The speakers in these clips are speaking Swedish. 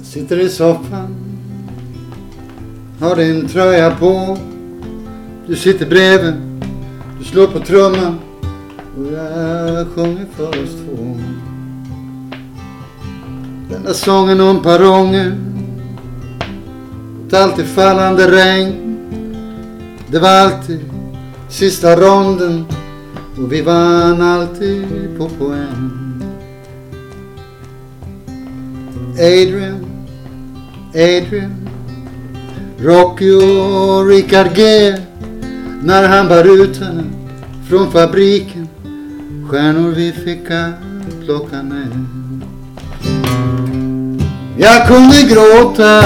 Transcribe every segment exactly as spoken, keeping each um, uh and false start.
Sitter i soffan, har din tröja på. Du sitter bredvid, du slår på trumman och jag sjunger för oss två. Den där sången om perrongen, ett alltid fallande regn. Det var alltid sista ronden och vi vann alltid på poäng. Adrian, Adrian, Rocky och Richard G. När han bar ut henne från fabriken, stjärnor vi fick plocka ner. Jag kunde gråta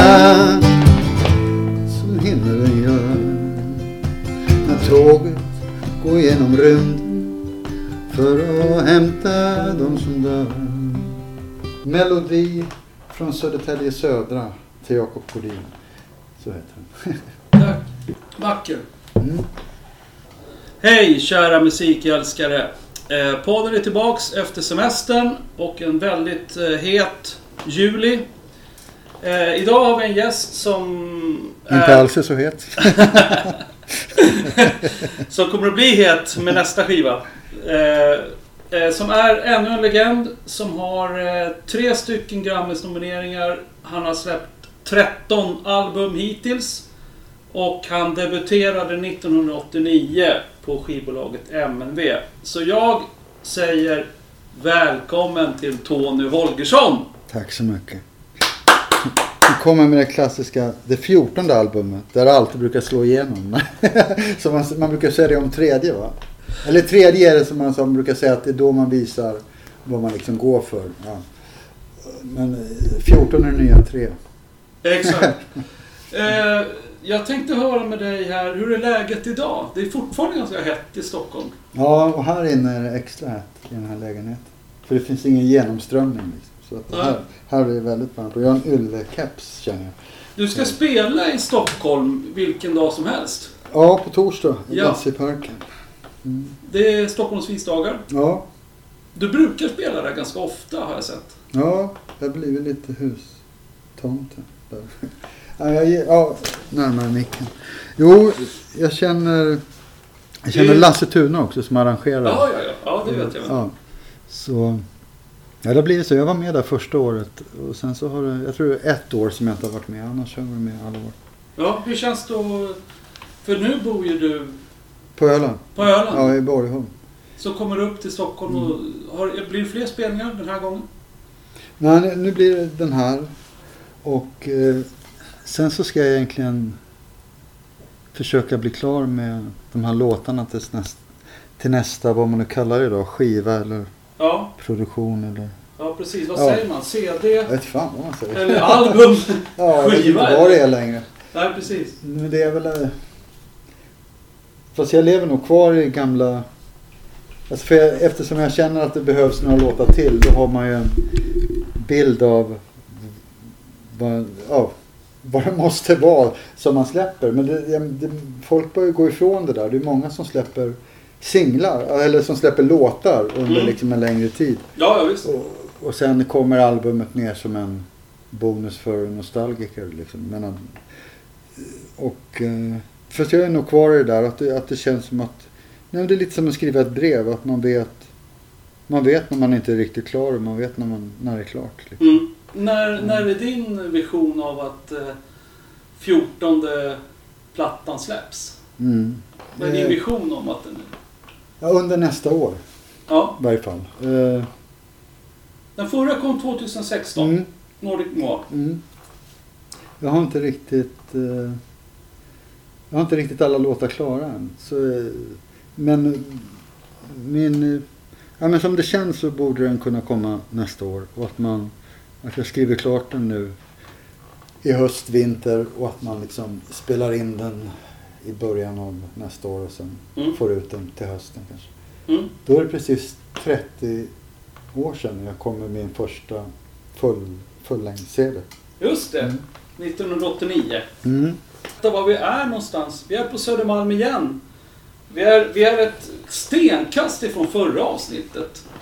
som himlen gör när tåget går genom rymden för att hämta de som dör. Melodi från Södertälje Södra till Jakob Kodin. Så heter den. Tack. Vacker. Mm. Hej kära musikälskare. Eh, podden är tillbaks efter semestern och en väldigt eh, het juli. Eh, idag har vi en gäst som är... Inte alls är så het. Som kommer att bli het med nästa skiva. Eh, eh, som är ännu en legend. Som har eh, tre stycken Grammis-nomineringar. Han har släppt tretton album hittills. Och han debuterade nittonhundraåttionio på skivbolaget M N V. Så jag säger välkommen till Tony Holgersson. Tack så mycket. Du kommer med det klassiska, det fjortonde albumet, där det alltid brukar slå igenom. Så man, man brukar säga det om tredje, va? Eller tredje är det som man, som man brukar säga att det är då man visar vad man liksom går för. Ja. Men fjorton är nya tre. Exakt. eh, jag tänkte höra med dig här, hur är läget idag? Det är fortfarande ganska hett i Stockholm. Ja, och här inne är det extra hett i den här lägenheten. För det finns ingen genomströmning liksom. Så att här, här är det väldigt varmt. Och jag har en yllekeps, känner jag. Du ska så. spela i Stockholm vilken dag som helst. Ja, på torsdag i ja. Lassiparken. Mm. Det är Stockholms visdagar. Ja. Du brukar spela där ganska ofta, har jag sett. Ja, det har blivit lite hustomte där. Ja, jag, ja, närmare micken. Jo, jag känner jag känner Lasse Tuna också som arrangerar. Ja, ja, ja. Ja, det vet jag. Ja. Så ja, det har blivit så. Jag var med där första året och sen så har det, jag tror ett år som jag inte har varit med. Annars har jag varit med alla år. Ja, hur känns det då? För nu bor ju du på Öland. På Öland? Ja, i Borgholm. Så kommer du upp till Stockholm och har, blir det fler spelningar den här gången? Nej, nu blir det den här. Och eh, sen så ska jag egentligen försöka bli klar med de här låtarna till nästa, till nästa vad man nu kallar det då, skiva eller ja. produktion eller... Ja, precis. Vad ja. säger man? C D? Jag vet fan vad man säger. Eller album? Ja, jag vet inte vad det är längre. Nej, precis. Men det är väl... Fast jag lever nog kvar i gamla... Alltså för jag, eftersom jag känner att det behövs några låtar till, då har man ju en bild av vad, ja, vad det måste vara som man släpper. Men det, det, folk börjar gå ifrån det där. Det är många som släpper singlar, eller som släpper låtar under mm. liksom en längre tid. Ja, ja visst. Och, och sen kommer albumet ner som en bonus för nostalgiker. Liksom. Men, och, för jag är nog kvar i det där, att det, att det känns som att nej, det är lite som att skriva ett brev, att man vet man vet när man inte är riktigt klar och man vet när, man, när det är klart. Liksom. Mm. När, mm. när är din vision av att eh, fjortonde plattan släpps? Mm. Vad är din vision om att den... Ja, under nästa år. Ja. I varje fall. Uh. Den förra kom tjugohundrasexton. Mm. Nordic Noir. Mm. Jag har inte riktigt... Uh, jag har inte riktigt alla låtar klara än. Så, uh, men min... Ja, men som det känns så borde den kunna komma nästa år. Och att man... Att jag skriver klart den nu i höst, vinter. Och att man liksom spelar in den i början av nästa år. Och sen mm. får ut den till hösten kanske. Mm. Då är det precis trettio år sedan jag kom med min första full, fullängds-C D. Just det, mm. nittonhundraåttionio. Mm. Det var vi är någonstans. Vi är på Södermalm igen. Vi är, vi är ett stenkast ifrån förra avsnittet.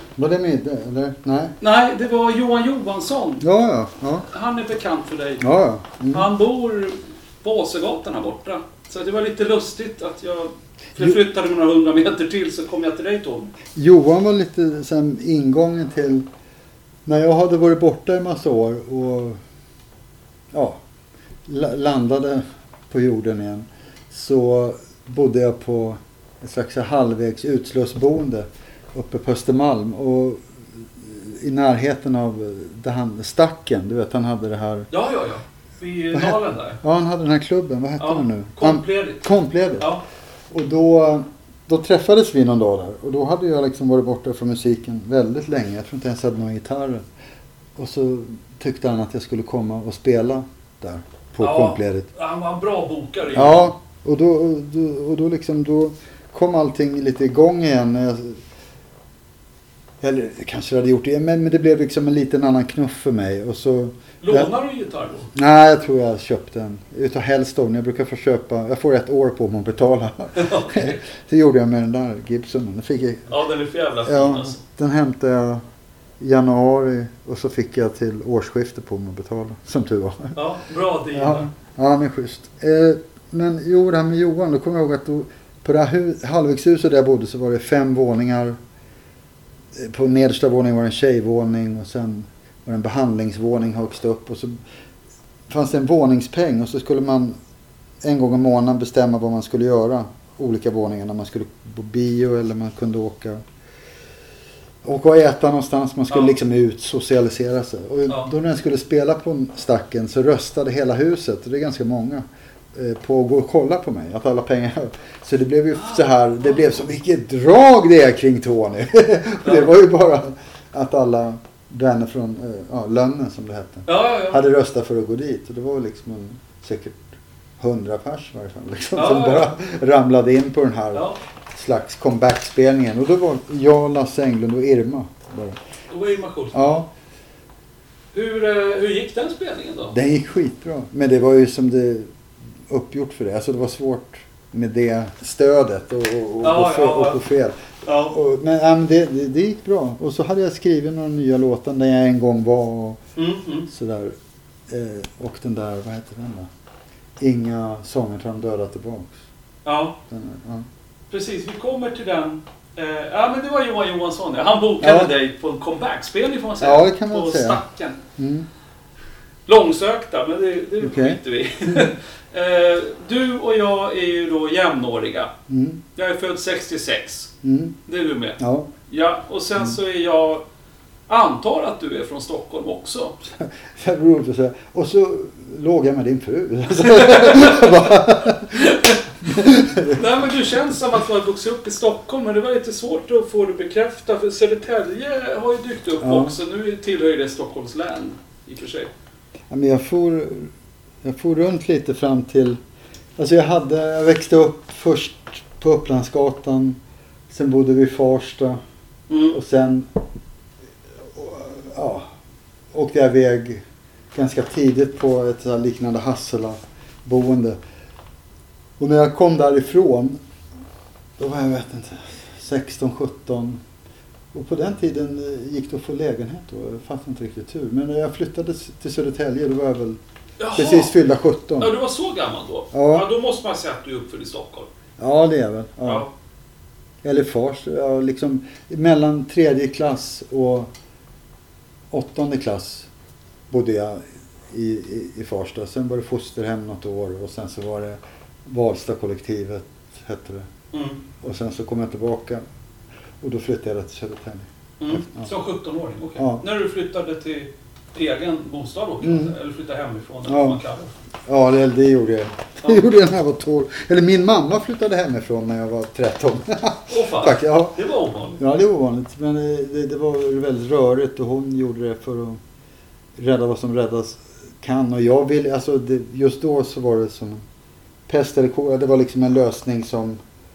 Var det Midde, eller? Nej. Nej, det var Johan Johansson. Ja, ja. ja. Han är bekant för dig. ja, ja. Mm. Han bor på Åsegatan här borta. Så det var lite lustigt att jag förflyttade mig några hundra meter till så kom jag till dig, Tom. Johan var lite sen ingången till när jag hade varit borta i massa år och ja, landade på jorden igen, så bodde jag på ett slags halvvägs utslussboende uppe på Östermalm och i närheten av det han, Stacken, du vet, han hade det här. Ja, ja, ja. Vid Dalen där. Ja, han hade den här klubben, vad hette Ja, den nu? Kompledigt. Kompledigt. Ja. Och då, då träffades vi någon dag där. Och då hade jag liksom varit borta från musiken väldigt länge. Jag tror inte ens jag hade några gitarrer. Och så tyckte han att jag skulle komma och spela där på Ja, Kompledigt. han var en bra bokare. Ja, och då, och då, och då liksom då kom allting lite igång igen. Jag, eller kanske jag hade gjort det, men, men det blev liksom en liten annan knuff för mig. Och så, Lånar du gitarr då? nej, jag tror jag köpte en. Utav Hellstone. Jag brukar få köpa. Jag får ett år på mig att betala. Okay. Det gjorde jag med den där Gibson. Den fick jag, Ja, den är för jävla fin ja, alltså. den hämtade jag i januari. Och så fick jag till årsskiftet på mig att betala. Som tur var. Ja, bra deal. Ja, ja, men schysst. Eh, men jo, det här med Johan. Då kommer jag ihåg att då, på det här hu- halvvägshuset där jag bodde så var det fem våningar. På nedersta våningen var det en tjejvåning och sen var det en behandlingsvåning högst upp och så fanns det en våningspeng och så skulle man en gång om månaden bestämma vad man skulle göra, olika våningar, när man skulle på bio eller man kunde åka åka och äta någonstans, man skulle ja. liksom ut, socialisera sig. Och ja. då när den skulle spela på Stacken så röstade hela huset, och det är ganska många, på att gå och kolla på mig, att alla pengar. Så det blev ju så här, det blev så mycket drag det är kring Tony. Det var ju bara att alla vänner från ja, Lönnen som det hette ja, ja, ja. hade röstat för att gå dit. Och det var liksom en, säkert hundra pers i varje fall liksom, ja, som ja. bara ramlade in på den här ja. slags comeback-spelningen. Och då var jag, Lasse Englund och Irma bara. Då var Irma Schultz. Ja. Hur, hur gick den spelningen då? Den gick skitbra. Men det var ju som det uppgjort för det. Alltså det var svårt med det stödet och, och, och, ja, på, ja, och på fel. Ja. Och, men ja, men det, det, det gick bra. Och så hade jag skrivit några nya låtar där jag en gång var och Mm, mm. sådär. Eh, och den där, vad heter den då? Inga sånger till de döda tillbaks. Ja. Den, ja. Precis, vi kommer till den. Eh, ja, men det var Johan Johansson. Ja. Han bokade Ja. dig på en comeback-spelning får man säga. Ja, det kan man på säga. Stacken. Mm. Långsökta, men det, det Okay. skiter vi eh, Du och jag är ju då jämnåriga. Mm. Jag är född sextiosex. Mm. Det är du med. Ja. Ja, och sen Mm. så är jag... Antar att du är från Stockholm också. Det är roligt att säga. Och så låg jag med din fru. Nej, men du känns som att du har vuxit upp i Stockholm, men det var lite svårt att få det bekräftat. För Södertälje har ju dykt upp Ja. också. Nu tillhör det Stockholms län i och för sig. Ja, men jag får jag får runt lite fram till, alltså jag hade jag växte upp först på Upplandsgatan, sen bodde vi i Farsta Mm. och sen ja, åkte jag iväg ganska tidigt på ett så här liknande Hassela-boende. Och när jag kom därifrån, då var jag vet inte, sexton sjutton. Och på den tiden gick det att få lägenhet då. Jag fattade inte riktigt hur. Men när jag flyttade till Södertälje, då var jag väl Jaha. precis fyllda sjutton. Ja, du var så gammal då? Ja. Ja, då måste man säga att du är uppfödd i Stockholm. Ja, det är väl. Ja. Ja. Eller fars, ja, liksom mellan tredje klass och åttonde klass bodde jag i, i, i Farsta. Sen var det fosterhem något år och sen så var det Valsta-kollektivet hette det. Mm. Och sen så kom jag tillbaka och då flyttade jag till Södertälje. Mm. Ja. Som sjutton-åring, okej. Ja. När du flyttade till egen bostad då, Mm. eller flyttade hemifrån, eller Ja. vad man kallar det. Ja, det, det gjorde jag. Det Ja. gjorde jag när jag var tolv. Eller min mamma flyttade hemifrån när jag var tretton. Åh fan, Faktiskt, ja. det var ovanligt. Ja, det var ovanligt. Men det, det var väldigt rörigt och hon gjorde det för att rädda vad som räddas kan. Och jag ville, alltså det, just då så var det som pest eller kolera. Det var liksom en lösning som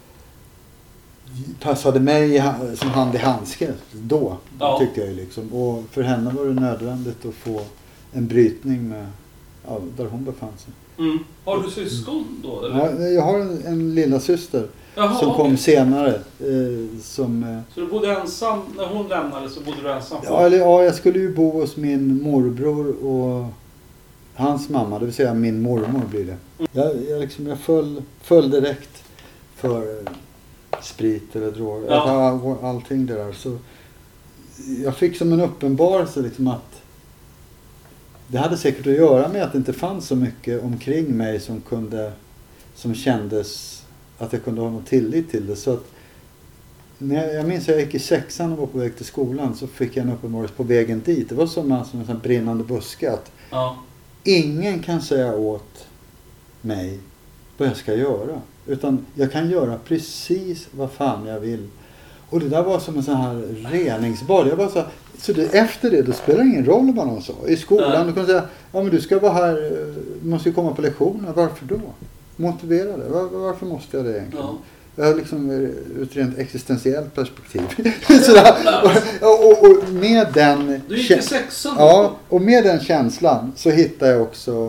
passade mig som hand i handske då, Ja. tyckte jag ju liksom. Och för henne var det nödvändigt att få en brytning med ja, där hon befann sig. Mm. Har du syskon då? Eller? Ja, jag har en, en lilla syster Jaha, som okej. kom senare. Eh, som, eh, Så du bodde ensam, när hon lämnade så bodde du ensam? ja, eller, ja, jag skulle ju bo hos min morbror och hans mamma, det vill säga min mormor blir det. Jag, jag, liksom, jag föll, föll direkt för eh, sprit eller droger, Ja. all, allting det där. Så jag fick som en uppenbarelse liksom att det hade säkert att göra med att det inte fanns så mycket omkring mig som kunde, som kändes att jag kunde ha någon tillit till det. Så att när jag, jag minns att jag gick i sexan och var på väg till skolan, så fick jag en uppenbarelse på vägen dit. Det var som en, som en sån brinnande buske att Ja. ingen kan säga åt mig vad jag ska göra. Utan jag kan göra precis vad fan jag vill. Och det där var som en sån här reningsbad. Jag bara så, så det, efter det, då spelar det ingen roll vad någon sa. I skolan, Nej. du kan säga, ja men du ska vara här, du måste ju komma på lektioner. Varför då? Motivera det. Var, varför måste jag det egentligen? Ja. Jag har liksom ur ett rent existentiellt perspektiv. Sådär. Och, och, och med den... Du gick i sexan? Ja, och med den känslan så hittade jag också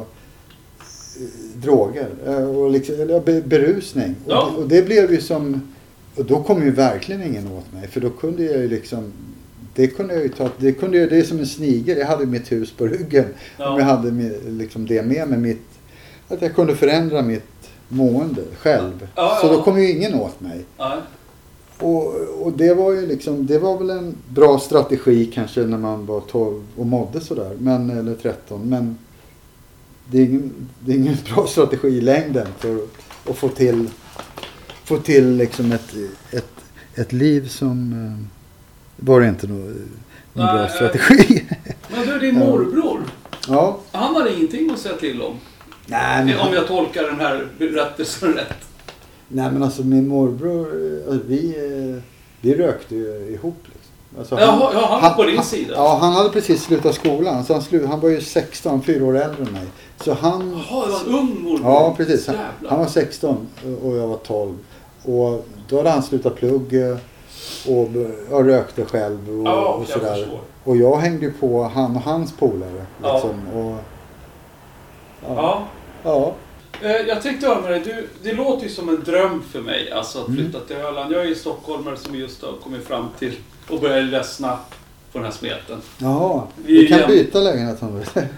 eh, droger eh, och liksom, eller be- berusning. Ja. Och, det, och det blev ju som... Och då kom ju verkligen ingen åt mig. För då kunde jag ju liksom... Det kunde jag ju ta... Det kunde jag, det är som en snigel. Jag hade mitt hus på ryggen. Ja. Om jag hade med, liksom det med mig. Mitt, att jag kunde förändra mitt mående själv. Ja, Så ja. då kom ju ingen åt mig. Ja. Och, och det var ju liksom, det var väl en bra strategi kanske när man var tolv och mådde sådär, men, eller tretton, men det är ingen, det är ingen bra strategi i längden för att få till, få till liksom ett, ett, ett liv som eh, var det inte någon, någon Nej, bra eh. strategi. Men du, din morbror, Ja. han hade ingenting att säga till om. Nej, men, Om jag tolkar den här berättelsen rätt. nej men alltså min morbror, alltså, vi, eh, vi rökte ju ihop liksom. Alltså, Jaha, ja, han var på din sida. Ja, han hade precis slutat skolan. Så han, slu, han var ju sexton, fyra år äldre än mig. Så han... Jaha, det var en ung morbror. Ja, precis. Han, Jävlar. han var sexton och jag var tolv. Och då hade han slutat plugg och jag rökte själv och, Ja, och jag sådär. förstår. Och jag hängde på han och hans polare. Ja. Liksom, och, ja. Ja. Ja. Eh, Jag tänkte höra med dig, du, det låter ju som en dröm för mig, alltså att Mm. flytta till Öland. Jag är ju stockholmare som just har kommit fram till och börjar ledsna på den här smeten. Jaha, Vi vi kan igen. byta lägenhet om du vill.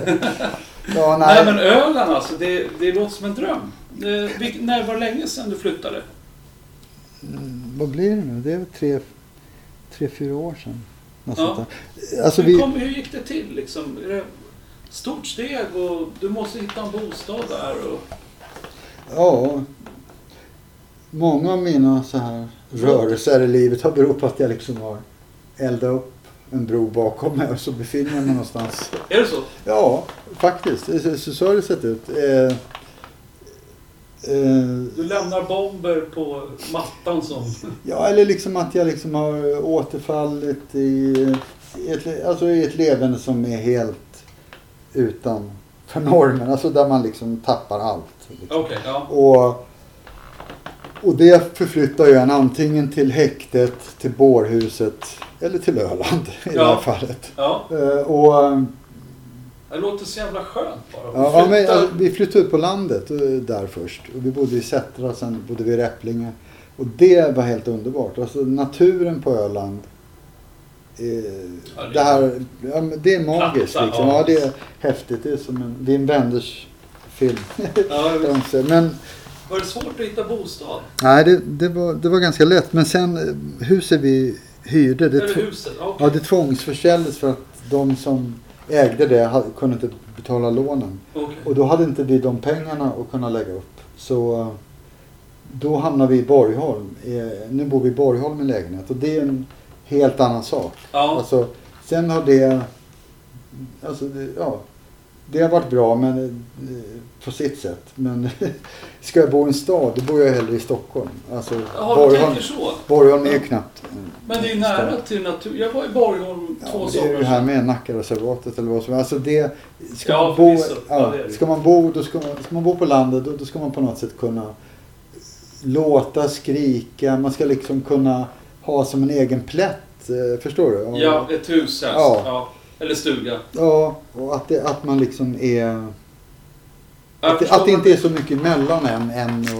Ja, Nej, nej. men Öland alltså, det, det låter som en dröm. Eh, vil, när var det länge sedan du flyttade? Mm, vad blir det nu? Det är väl tre, tre fyra år sedan. Något Ja. sånt där. Alltså hur, vi... kom, hur gick det till liksom? Är det stort steg och du måste hitta en bostad där? Och... Ja, många av mina så här rörelser i livet har berott på att jag liksom har eldat upp en bro bakom mig och så befinner jag mig någonstans. Är det så? Ja, faktiskt. Så, så, så har det sett ut. Eh, eh, Du lämnar bomber på mattan som... ja, eller liksom att jag liksom har återfallit i, i, ett, alltså i ett levande som är helt utan för normen. Alltså där man liksom tappar allt. Liksom. Okej, ja. Och, och det förflyttar ju en antingen till häktet, till bårhuset eller till Öland i Ja. det här fallet. Ja, Eh, och, det låter så jävla skönt bara. ja, ja, men, Flytta- alltså, vi flyttade ut på landet eh, där först. Och vi bodde i Sättra, sen bodde vi i Räpplinge. Och det var helt underbart. Alltså naturen på Öland. Eh, Ja, det är- det, här, ja, men det är magiskt Platta, liksom. ja. Ja, det är häftigt. Det är som en Wim Wenders film. Ja, jag vet. Men Var det svårt att hitta bostad? nej, det, det, var, det var ganska lätt. Men sen eh, huset vi hyrde, det, Eller tv- huset? Ja, okej. ja, det tvångsförsäljdes för att de som ägde det hade, kunde inte betala lånen. Okej. Och då hade inte vi de pengarna att kunna lägga upp. Så eh, då hamnade vi i Borgholm. Eh, Nu bor vi i Borgholm i lägenhet. Och det är en helt annan sak. Ja, Alltså, sen har det... Alltså, det, ja. Det har varit bra men, eh, på sitt sätt. Men ska jag bo i en stad, då bor jag hellre i Stockholm. Alltså, Jaha, du Borgholm, tänker så. Borgholm är ju knappt en Men det är nära stad. till natur. Jag var i Borgholm Ja, två men det är ju somrar det här sedan. med Nackareservatet eller vad som Alltså det, ska, Ja, man bo, förvisso. Ja, ja, det är det. ska man bo, då ska man, ska man bo på landet, då, då ska man på något sätt kunna låta, skrika, man ska liksom kunna ha som en egen plätt, eh, förstår du? Och, Ja, ett hus helst. Ja. Ja. Eller stuga. ja, och att, det, att man liksom är... Jag Att det, förstår att det vad- inte är så mycket mellan en, en och,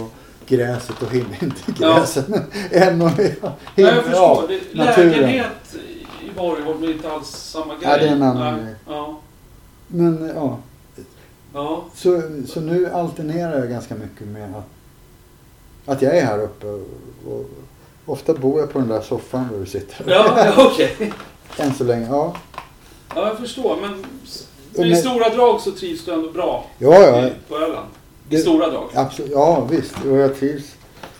gräset och himlen, inte Ja. gräset, men en och himlen, Ja, jag förstår. ja, Det, naturen. lägenhet i Borgholm är inte alls samma grej. Ja, det är en annan Nej. grej. Ja. Men ja, Ja. så, så nu alternerar jag ganska mycket med att, att jag är här uppe och, och ofta bor jag på den där soffan där du sitter. Ja, ja okej. Än så länge, ja. Ja, jag förstår. Men Och i med- stora drag så trivs du ändå bra Ja, ja. i- på Öland. I Det- stora drag. Absolut, ja visst, och jag trivs.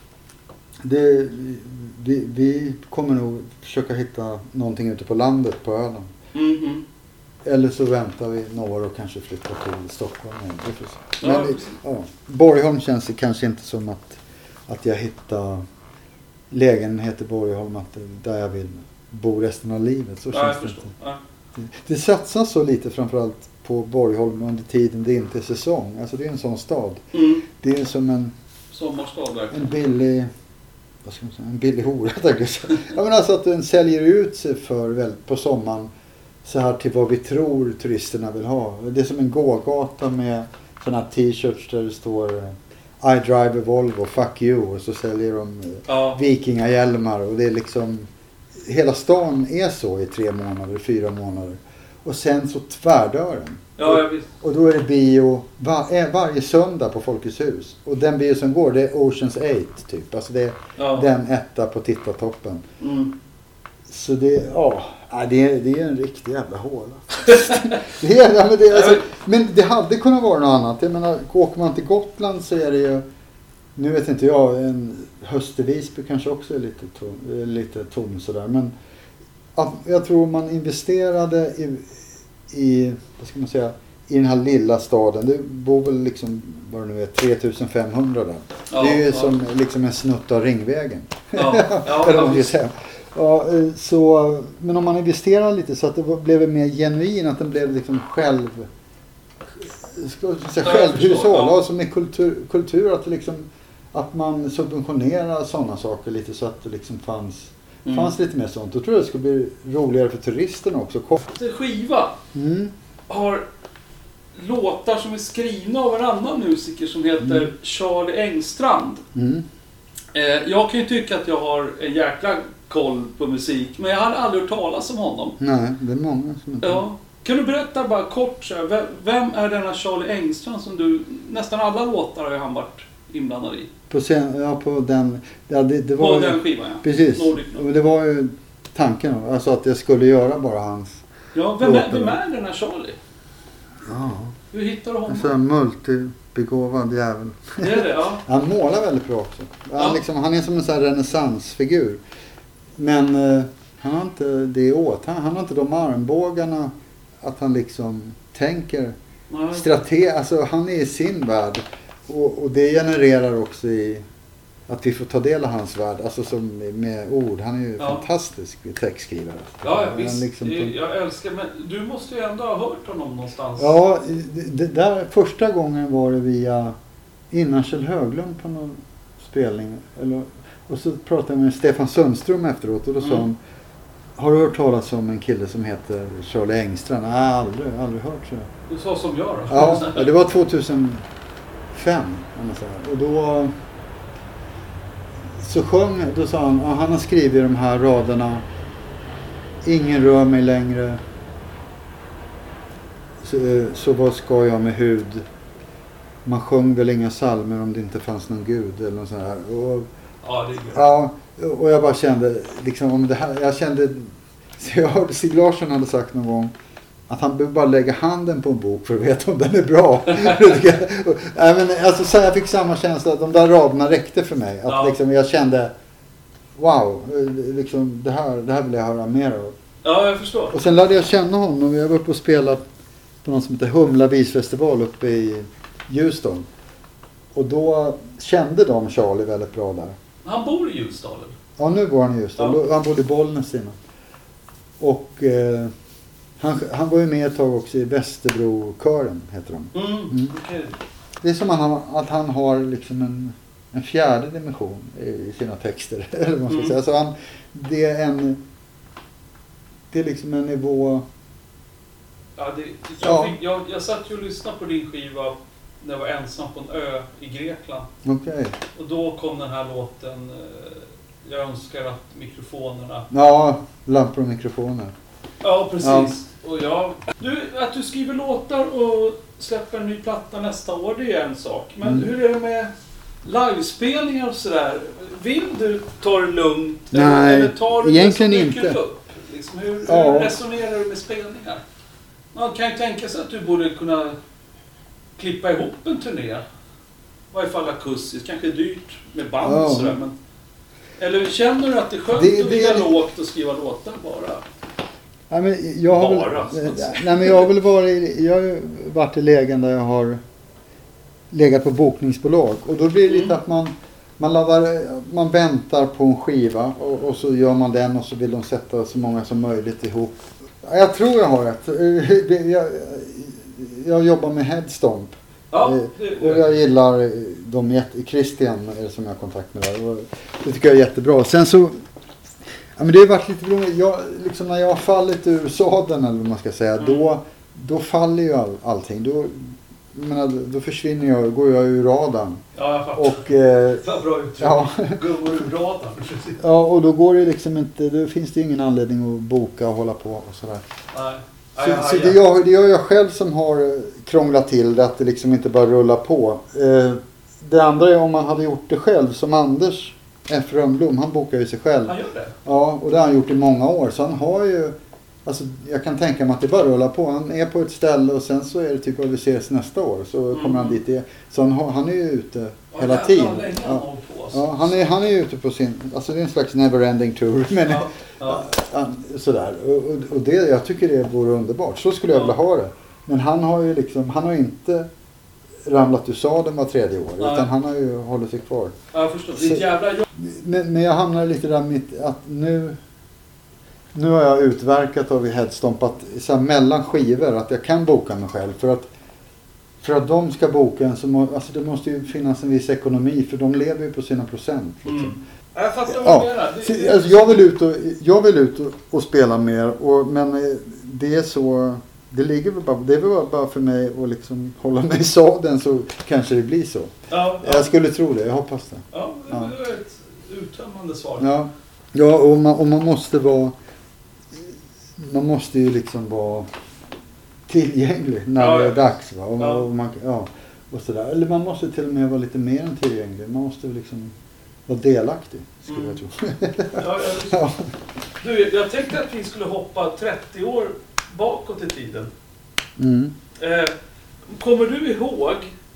Det, vi, vi kommer nog försöka hitta någonting ute på landet på Öland. Mhm. Eller så väntar vi några år och kanske flyttar till Stockholm. Vi får se. Ja, Men, precis. ja, Borgholm känns det kanske inte som att, att jag hittar lägenhet i Borgholm att det- där jag vill bo resten av livet. Så Ja, jag känns det förstår. inte. Ja. Det, det satsas så lite framförallt på Borgholm under tiden det inte är säsong. Alltså det är en sån stad. Mm. Det är som en, Sommarstad verkligen. en billig, vad ska man säga, en billig hora. tänker jag säga. Ja, men alltså att den säljer ut sig för väl på sommaren så här till vad vi tror turisterna vill ha. Det är som en gågata med sådana här t-shirts där det står I drive a Volvo, fuck you, och så säljer de eh, Ja. vikingahjälmar och det är liksom hela stan är så i tre månader, fyra månader. Och sen så tvärdör den. Ja, jag visst. Och då är det bio var, eh, varje söndag på Folkets hus. Och den bio som går det är Oceans eight typ. Alltså det är Ja. den etta på tittartoppen. Mm. Så det, ja, nej, det, är, det är en riktig jävla håla. det är, ja, men, det, alltså, men det hade kunnat vara något annat. Jag menar, åker man till Gotland så är det ju, nu vet inte jag, en höst i Visby kanske också är lite tom, är lite tom sådär. Men att, jag tror man investerade i, i, vad ska man säga, i den här lilla staden. Det bor väl liksom, vad det nu är, tre tusen femhundra där. Ja, det är ju ja. som liksom en snutt av Ringvägen. Ja, ja, Eller vad ja, man ska visst. säga. Ja, eh, så, men om man investerar lite så att det var- blev mer genuin, att den blev liksom själv, ska jag säga, Ja, jag självhushåll. förstår, ja. Ja, som med kultur, kultur att, det liksom, att man subventionerar sådana saker lite så att det liksom fanns, Mm. fanns lite mer sånt. Då tror jag det skulle bli roligare för turisterna också. En skiva Mm. har låtar som är skrivna av en annan musiker som heter Mm. Charlie Engstrand. Mm. Eh, jag kan ju tycka att jag har en jäkla koll på musik, men jag hade aldrig hört talas om honom. Nej, det är många som inte... Ja. Kan du berätta bara kort så här, vem, vem är denna Charlie Engstrand som du, nästan alla låtar har ju han varit inblandad i. På, sen, ja, på den... Ja, det, det var På ju, den skivan, ja. precis. Nordic Note. Och det var ju tanken, alltså att jag skulle göra bara hans... Ja, vem är, låtar. vem är den här Charlie? Ja, Hur hittar du honom? en sån här multibegåvad jävel. Det är det, ja. Han målar väldigt bra också. Han, Ja. liksom, han är som en sån här renässansfigur. Men eh, han har inte det åt. Han, han har inte de armbågarna att han liksom tänker Nej. strate. Alltså han är i sin värld. Och, och det genererar också i att vi får ta del av hans värld. Alltså som med ord. Han är ju Ja. fantastisk textskrivare. Ja, ja, Han visst. liksom- Det- Jag älskar, men du måste ju ändå ha hört honom någonstans. Ja, det, det där första gången var det via innan Kjell Höglund på någon spelning. Eller, och så pratade jag med Stefan Sundström efteråt och då sa Mm. han, har du hört talas om en kille som heter Charlie Engstrand? Nej, aldrig, aldrig hört så. Du sa som jag då. Ja, ja, det var tjugohundrafem. Om man säger. Och då så sjöng, då sa han, ja, han har skrivit de här raderna. Ingen rör mig längre. Så, så vad ska jag med hud? Man sjöng väl inga psalmer om det inte fanns någon gud eller något sånt här. Och, Ja, det är gud. ja, och jag bara kände liksom om det här, jag kände, så jag hörde Stig Larsson hade sagt någon gång att han behöver bara lägga handen på en bok för att veta om den är bra. Nej, men, alltså, så jag fick samma känsla att de där raderna räckte för mig. Att Ja. liksom, jag kände, wow, liksom, det, här, det här vill jag höra mer av. Ja, jag förstår. Och sen lärde jag känna honom. Jag var uppe och spelade på något som heter Humla Visfestival uppe i Ljusdal. Och då kände de Charlie väldigt bra där. Han bor i Ljusdalen. Ja, nu bor han i Ljusdal. Ja. Han bodde i Bollnäs innan. Och eh, han, han var ju med ett tag också i Västerbro-kören, heter de. Mm, Mm. okej. Det är som att han, att han har liksom en, en fjärde dimension i, i sina texter. Eller vad man ska Mm. säga. Så han, det är en... Det är liksom en nivå... Ja, det, jag, Ja. fick, jag, jag satt ju och lyssnade på din skiva när jag var ensam på en ö i Grekland. Okej. Okay. Och då kom den här låten, jag önskar att mikrofonerna... Ja, lampor och mikrofoner. Ja, precis. Ja. Och jag, du, att du skriver låtar och släpper en ny platta nästa år, det är en sak. Men mm. hur är det med livespelningar och sådär? Vill du ta det lugnt? Nej, eller tar du egentligen det inte. Upp? Liksom, hur, ja. hur resonerar du med spelningar? Man kan ju tänka sig att du borde kunna klippa ihop en turné. I varje fall akustiskt. Kanske dyrt med band och ja. sådär. Men, eller känner du att det är skönt det, att det, ligga det, lågt och skriva låtar bara? Ja, men jag har bara? Väl, nej, men jag har väl varit, jag har varit i lägen där jag har legat på bokningsbolag. Och då blir det mm. lite att man, man, laddar, man väntar på en skiva och, och så gör man den och så vill de sätta så många som möjligt ihop. Jag tror jag har rätt. Jag, jag jobbar med Headstomp. Ja, det, och jag gillar de, Christian är det som jag har kontakt med där. Och det tycker jag är jättebra. Sen så, ja men det har varit lite beroende. Jag, liksom när jag har fallit ur sadeln eller vad man ska säga, mm. då, då faller ju all, allting. Då, menar, då försvinner jag, går jag ur radarn. Ja, jag fattar. Och, eh, det var bra uttryck. Ja. Går ur radarn. Ja, och då går det liksom inte, då finns det ingen anledning att boka och hålla på och sådär. Nej. Så, aj, aj, så det, gör, det gör jag själv som har krånglat till det, att det liksom inte bara rullar på. Eh, det andra är om man hade gjort det själv, som Anders F. Rönnblom, han bokar ju sig själv. Han gör det? Ja, och det har han gjort i många år. Så han har ju, alltså jag kan tänka mig att det bara rullar på. Han är på ett ställe och sen så är det typ att vi ses nästa år. Så mm. kommer han dit igen. Så han, har, han är ju ute ja, hela tiden. Ja. Ja, han, är, han är ju ute på sin, alltså det är en slags never-ending tour. Men ja, ja. Ja, sådär. Och, och det, jag tycker det vore underbart. Så skulle jag ja. vilja ha det. Men han har ju liksom, han har inte ramlat ur sadeln var tredje år. Nej. Utan han har ju hållit sig kvar. Ja, jag förstår. Det är ett jävla jobb. Men, men jag hamnar lite där mitt, att nu... Nu har jag utverkat av i Headstomp att så här, mellan skivor att jag kan boka mig själv. För att, för att de ska boka en så må, alltså det måste ju finnas en viss ekonomi. För de lever ju på sina procent. Liksom. Mm. Jag fattar vad du menar. Det, det, alltså, jag vill ut och, jag vill ut och, och spela mer. Och, men det är så... Det ligger väl bara, det är väl bara för mig att liksom hålla mig i sadeln så kanske det blir så. Ja, ja. Jag skulle tro det, jag hoppas det. Ja, det var ja. ett uttömmande svar. Ja, ja och, man, och man måste vara... Man måste ju liksom vara tillgänglig när ja, det är dags. Va? Och, ja. Och man, ja, och sådär. Eller man måste till och med vara lite mer än tillgänglig. Man måste liksom vara delaktig, skulle mm. jag tro. Ja, jag, ja. Du, jag tänkte att vi skulle hoppa trettio år bakåt i tiden. Mm. Eh, kommer du ihåg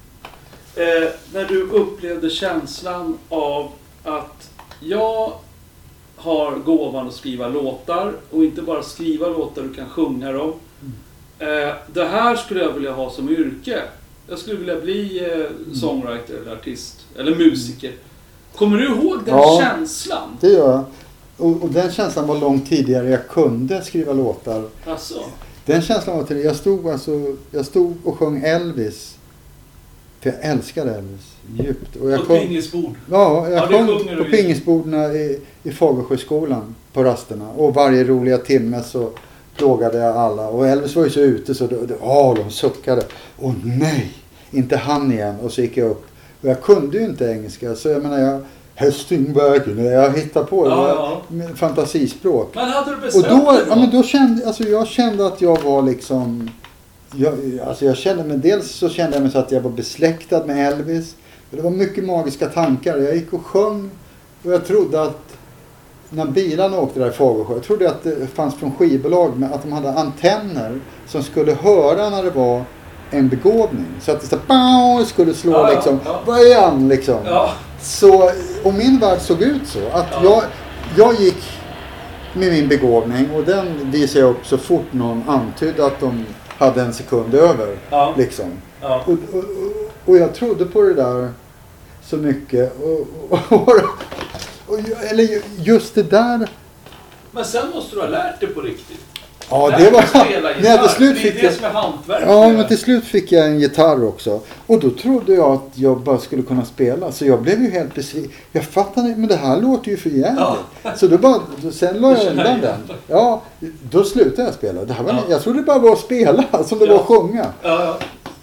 eh, när du upplevde känslan av att jag har gåvan att skriva låtar och inte bara skriva låtar, du kan sjunga dem. Mm. Eh, det här skulle jag vilja ha som yrke. Jag skulle vilja bli eh, songwriter eller artist eller musiker. Kommer du ihåg den ja, känslan? Det gör jag. Och, och den känslan var långt tidigare. Jag kunde skriva låtar. Alltså. Den känslan var tidigare. Jag stod, alltså, jag stod och sjöng Elvis. För jag älskade Elvis djupt. Och jag på kom, pingisbord? Ja, jag ja, kom på pingisborden i, i Fagersjöskolan på rasterna. Och varje roliga timme så plågade jag alla. Och Elvis var ju så ute så det, det, åh, de suckade. Åh nej, inte han igen. Och så gick jag upp. Och jag kunde ju inte engelska. Så jag menar, jag... Hästingbergen, jag hittade på det. Ja, ja. Fantasispråk. Men hade du bestämt och då, ja, men då kände, alltså jag kände att jag var liksom... Jag, alltså jag kände mig, dels så kände jag mig så att jag var besläktad med Elvis. Det var mycket magiska tankar. Jag gick och sjöng. Och jag trodde att när bilarna åkte där i Fagersjö, jag trodde att det fanns från skivbolag med att de hade antenner som skulle höra när det var en begåvning. Så att det så, bau, skulle slå ja, liksom. Ja. Vad är han liksom? Ja. Så, och min värld såg ut så. Att ja. jag, jag gick med min begåvning och den visade jag upp så fort någon antydde att de hade en sekund över. Ja. Liksom. Ja. Och, och, och jag trodde på det där så mycket. Och, och, och, och, eller just det där. Men sen måste du ha lärt dig på riktigt. Ja, det var... Nej, till slut fick det är det jag, som är hantverk. Ja, men till slut fick jag en gitarr också. Och då trodde jag att jag bara skulle kunna spela. Så jag blev ju helt besviken. Jag fattade, men det här låter ju för jävligt. Ja. Så då bara, sen la jag undan den. Ja, då slutade jag spela. Det här var, ja. Jag trodde det bara var att spela, som det ja. var att sjunga. Ja, ja.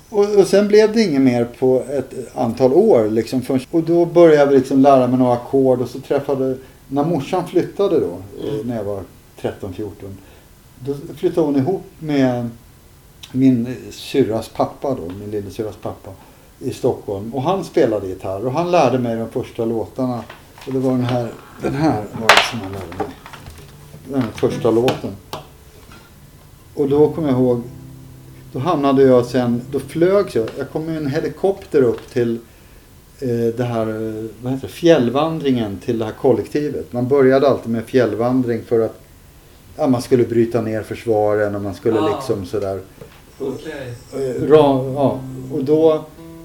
Och, och sen blev det inget mer på ett antal år. Liksom, först, och då började jag liksom lära mig några ackord. Och så träffade, när morsan flyttade då, mm. när jag var tretton fjorton. Då flyttade hon ihop med min syrras pappa då, min lilla syrras pappa i Stockholm. Och han spelade gitarr och han lärde mig de första låtarna. Och det var den här, den här var det som han lärde mig. Den första låten. Och då kommer jag ihåg, då hamnade jag sen, då flög jag, jag kom med en helikopter upp till eh, det här, vad heter det, fjällvandringen till det här kollektivet. Man började alltid med fjällvandring för att ja, man skulle bryta ner försvaren och man skulle ah. liksom sådär. Okay. Ja, och då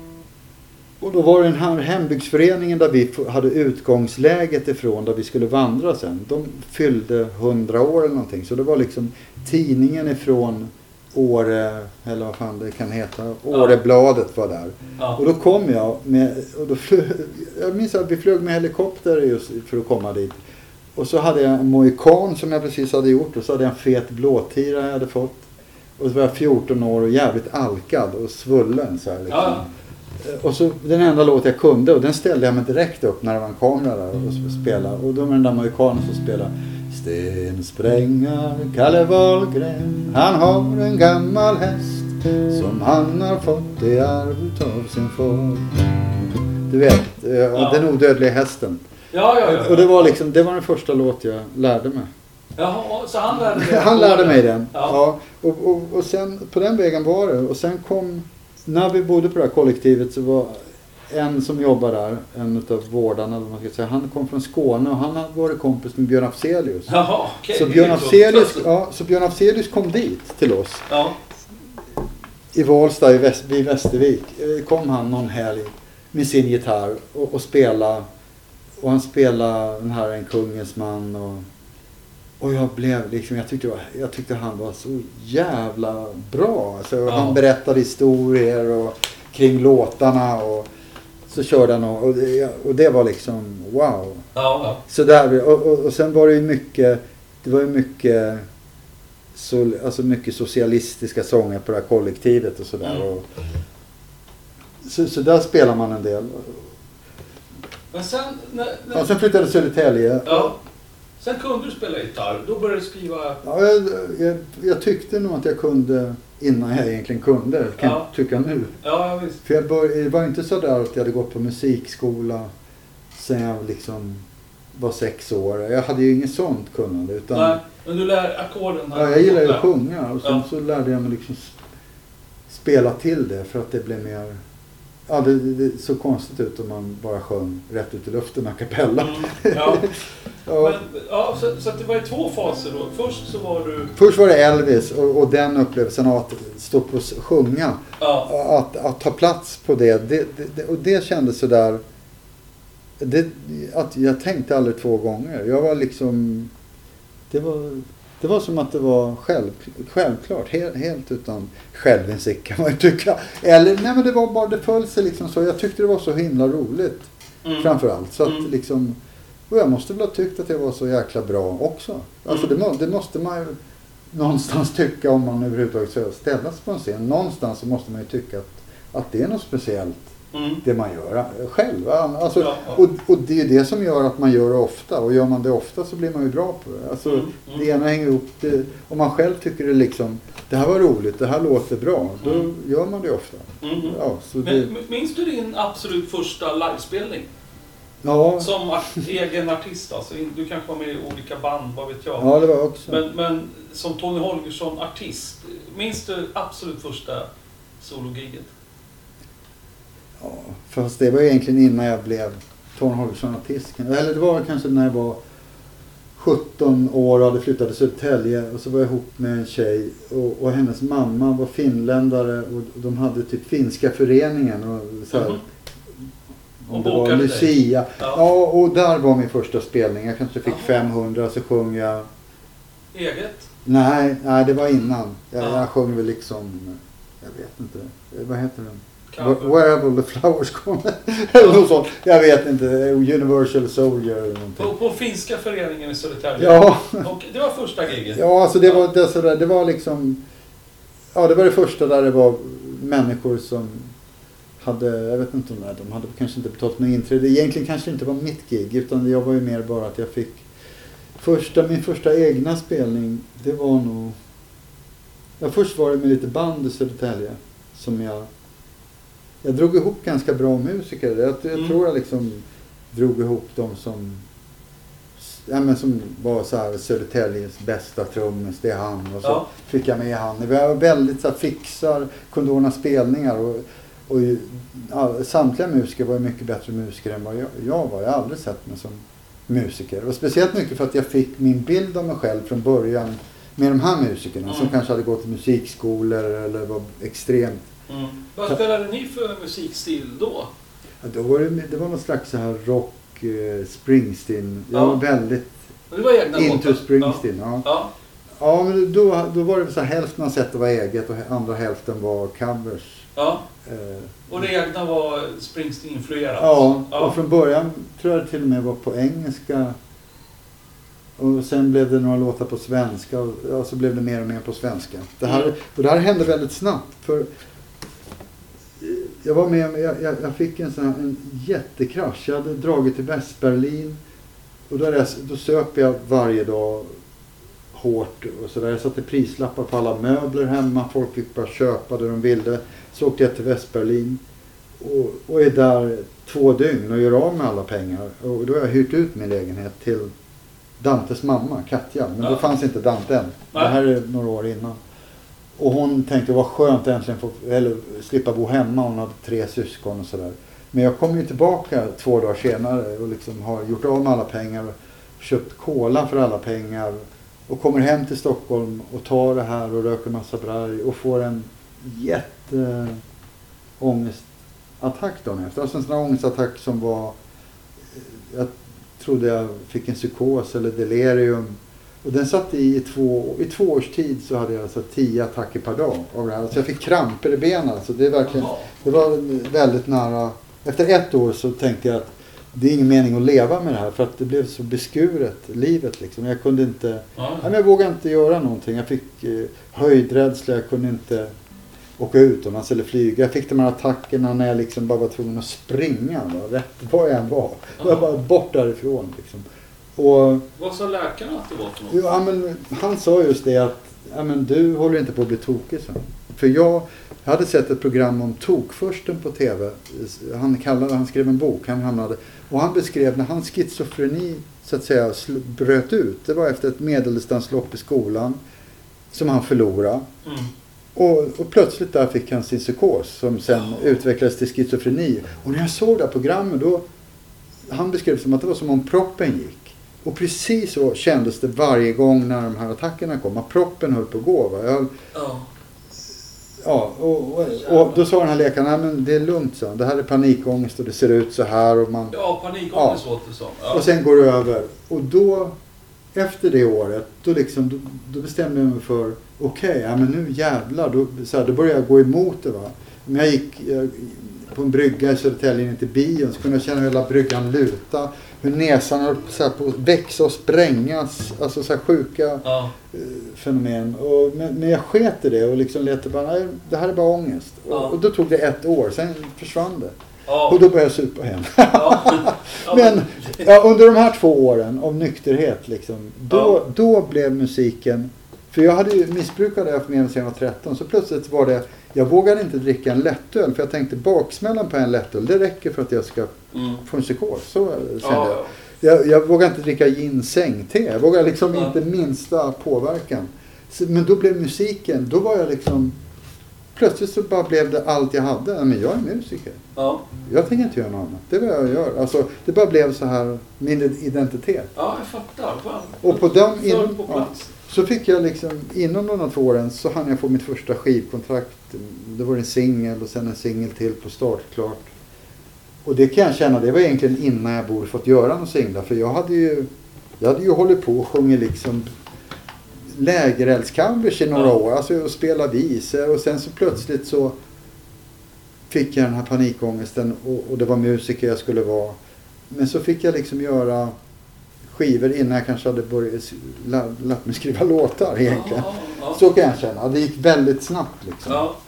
och då var det den här hembygdsföreningen där vi hade utgångsläget ifrån där vi skulle vandra sen. De fyllde hundra år eller någonting. Så det var liksom tidningen ifrån Åre, eller vad fan det kan heta. Årebladet var där. Ja. Och då kom jag med, och då flög, jag minns att vi flög med helikopter just för att komma dit. Och så hade jag en mohikan som jag precis hade gjort. Och så hade jag en fet blåtira jag hade fått. Och så var jag fjorton år och jävligt alkad och svullen så här liksom. Ja. Och så den enda låt jag kunde, och den ställde jag mig direkt upp när det var en kamera där och spelade. Och då var den där mohikanen som spelade Stensprängare Kalle Wahlgren, han har en gammal häst som han har fått i arv av sin far. Du vet, ja. Den odödliga hästen. Ja, ja, ja. Och det var liksom, det var den första låt jag lärde mig. Jaha, så han lärde mig Han lärde mig den. Ja. Ja. Och, och, och sen, på den vägen var det. Och sen kom, när vi bodde på det här kollektivet så var en som jobbar där, en av vårdarna, eller man ska säga, han kom från Skåne och han hade varit kompis med Björn Afzelius. Jaha, okej. Så Björn Afzelius, ja, så Björn Afzelius kom dit till oss. Ja. I Valsta i Väst, vid Västervik kom han någon helg med sin gitarr och, och spela. Och han spelade den här En kungens man och Och jag blev liksom, jag tyckte, jag tyckte han var så jävla bra. Alltså, ja. Han berättade historier och, kring låtarna och så körde han och, och, det, och det var liksom wow. Ja, ja. Så där, och, och, och sen var det ju mycket, det var ju mycket, så, alltså mycket socialistiska sånger på det här kollektivet och sådär. Mm. Och, så, så där spelar man en del. Men sen... När, när... Ja, sen flyttade jag till Södertälje. Ja. Sen kunde du spela gitarr. Då började du skriva... Ja, jag, jag, jag tyckte nog att jag kunde innan jag egentligen kunde. Kan ja. jag tycka nu. Ja, visst. För jag bör, det var inte så där att jag hade gått på musikskola sen jag liksom var sex år. Jag hade ju inget sånt kunnande. Utan, nej, men du lär ackorden. Ja, jag gillar ju att sjunga. Och sen ja. så lärde jag mig liksom spela till det för att det blev mer... Ja, det, det, det så konstigt ut om man bara sjöng rätt ut i luften a cappella. Mm, ja. ja. Men, ja, så, så att det var i två faser då. Först så var du... Först var det Elvis och, och den upplevelsen av att stå på och sjunga. Ja. Att, att ta plats på det. det, det och det kändes så där... Det, att jag tänkte aldrig två gånger. Jag var liksom... Det var... Det var som att det var själv, självklart, helt, helt utan självinsikt kan man ju tycka. Eller, nej men det var bara, det föll sig liksom så. Jag tyckte det var så himla roligt. Mm. Framförallt. Så att mm. liksom, och jag måste väl ha tyckt att det var så jäkla bra också. Alltså mm. det, det måste man ju någonstans tycka om man överhuvudtaget ska ställas på en scen. Någonstans så måste man ju tycka att, att det är något speciellt. Mm. Det man gör själv. Alltså, ja, ja. Och, och det är det som gör att man gör det ofta. Och gör man det ofta så blir man ju bra på det. Alltså, mm. Mm. Det ena hänger ihop. Det, om man själv tycker det liksom, det här var roligt, det här låter bra. Då mm. gör man det ofta. Mm. Ja, så men, det... Minns du din absolut första livespelning? Ja. Som art- egen artist alltså. Du kanske var med i olika band, vad vet jag. Ja, det var också. Men, men som Tony Holgersson artist. Minns du absolut första sologiget? Ja, fast det var egentligen innan jag blev Tony Holgersson artist. Eller det var kanske när jag var sjutton år och hade flyttat till Södertälje. Och så var jag ihop med en tjej. Och, och hennes mamma var finländare. Och de hade typ finska föreningen. Och så här, mm-hmm. Om det var Lucia. Ja. ja, och där var min första spelning. Jag kanske fick ja. femhundra så sjöng jag... Eget? Nej, nej det var innan. Jag, ja. jag sjöng väl liksom... Jag vet inte. Vad heter den? Wherever the flowers come. Eller något sånt. Jag vet inte. Universal Soldier eller någonting. På, på finska föreningen i Södertälje. Ja. Och det var första giget. Ja, alltså det var det, sådär, det var liksom... Ja, det var det första där det var människor som hade, jag vet inte om det, de hade kanske inte betalt med inträde. Egentligen kanske det inte var mitt gig, utan jag var ju mer bara att jag fick första, min första egna spelning, det var nog, ja, först var det med lite band i Södertälje som jag, jag drog ihop ganska bra musiker. Jag, jag mm. tror jag liksom drog ihop dem som, ja, men som var så här Södertäljes bästa trummis, det är han, och så ja. Fick jag med han. Vi var väldigt så här, fixar, kunde ordna spelningar, och, och ja, samtliga musiker var mycket bättre musiker än vad jag, jag var. Jag har aldrig sett mig som musiker, och speciellt mycket för att jag fick min bild av mig själv från början med de här musikerna mm. som kanske hade gått i musikskolor eller var extremt. Mm. Vad spelade ni för musikstil då? Ja, då var det, det var någon slags så här rock, eh, Springsteen. Jag ja. var väldigt det var egna into låtar. Springsteen. Ja. Ja. Ja. ja, men då, då var det så här, hälften av sättet var eget och andra hälften var covers. Ja. Eh, och det egna var Springsteen-influerat? Ja, ja, och från början tror jag det till och med var på engelska. Och sen blev det några låtar på svenska, och ja, så blev det mer och mer på svenska. Det här, mm. och det här hände väldigt snabbt, för jag var med, jag, jag, jag fick en sån här, en jättekrasch. Jag hade dragit till Västberlin, och då, jag, då söp jag varje dag hårt och så där. Jag satte prislappar på alla möbler hemma, folk fick bara köpa det de ville. Så åkte jag till Västberlin och, och är där två dygn och gör av med alla pengar. Och då har jag hyrt ut min lägenhet till Dantes mamma, Katja. Men ja. Då fanns inte Dante än. Det här är några år innan. Och hon tänkte, vad skönt äntligen få, eller slippa bo hemma. Hon hade tre syskon och sådär. Men jag kom ju tillbaka två dagar senare och liksom har gjort av med alla pengar. Och köpt cola för alla pengar. Och kommer hem till Stockholm och tar det här och röker massa braj. Och får en jätteångestattack dagen efter. Alltså en sån här ångestattack som var... Jag trodde jag fick en psykos eller delirium. Och den satt i, i, två, i två års tid så hade jag alltså tio attacker per dag av det här. Så jag fick kramper i benen. Alltså det, är verkligen, det var väldigt nära. Efter ett år så tänkte jag att det är ingen mening att leva med det här. För att det blev så beskuret, livet liksom. Jag kunde inte, mm. ja, men jag vågade inte göra någonting. Jag fick eh, höjdrädsla, jag kunde inte åka utomlands eller flyga. Jag fick de här attackerna när jag liksom bara var tvungen att springa. Va? Rätt var jag än var. Mm. Jag var bara bort därifrån liksom. Och, vad sa läkarna att det var för något? Ja, men, han sa just det att ja, men, du håller inte på att bli tokig. Så. För jag, jag hade sett ett program om tokförsten på tv. Han, kallade, han skrev en bok. Han hamnade, och han beskrev när hans schizofreni så att säga bröt ut. Det var efter ett medeldistanslopp i skolan som han förlorade. Mm. Och, och plötsligt där fick han sin psykos som sen oh. utvecklades till schizofreni. Och när jag såg det här programmet då, han beskrev som att det var som om proppen gick. Och precis så kändes det varje gång när de här attackerna kom. Att proppen höll på att gå. Va? Jag höll, oh. Ja, och, och, och då sa den här läkaren, nej men det är lugnt så. Det här är panikångest och det ser ut så här. Och man, ja, panikångest ja. Låter det som. Ja. Och sen går det över. Och då, efter det året, då, liksom, då, då bestämde jag mig för, okej, okay, ja men nu jävlar. Då, så här, då började jag gå emot det va. Men jag gick jag, på en brygga i Södertälje in till bion, så kunde jag känna hela bryggan luta. Hur näsan höll så här på att växa och sprängas. Alltså så här sjuka ja. fenomen. Och, men, men jag sket i det och liksom lät det bara, nej, det här är bara ångest. Ja. Och, och då tog det ett år, sen försvann det. Ja. Och då började jag supa igen. Ja. Men ja, under de här två åren av nykterhet liksom, då, ja. då blev musiken, för jag hade ju missbrukat det för mer än sen jag var tretton, så plötsligt var det, jag vågade inte dricka en lättöl för jag tänkte baksmällan på en lättöl, det räcker för att jag ska mm. få en psykos. Så kände ja. jag. jag. Jag vågade inte dricka ginseng-te. Jag vågade liksom ja. inte minsta påverkan. Så, men då blev musiken, då var jag liksom, plötsligt så bara blev det allt jag hade. Men jag är musiker. Ja. Jag tänker inte göra något annat. Det är vad jag gör. Alltså, det bara blev så här min identitet. Ja, jag fattar. Fan. Och på dem inom, på ja, så fick jag liksom, inom de här två åren så hann jag få mitt första skivkontrakt. Det var en singel och sen en singel till på Startklart. Och det kan jag känna, det var egentligen innan jag borde fått göra någon singlar. För jag hade ju, jag hade ju hållit på och sjungit liksom lägereldscovers i några ja. år. Alltså och spela visor. Och sen så plötsligt så fick jag den här panikångesten och, och det var musiker jag skulle vara. Men så fick jag liksom göra skivor innan jag kanske hade börjat lärt mig skriva låtar egentligen. Ja, ja, ja. Så kan jag känna. Det gick väldigt snabbt liksom. Ja.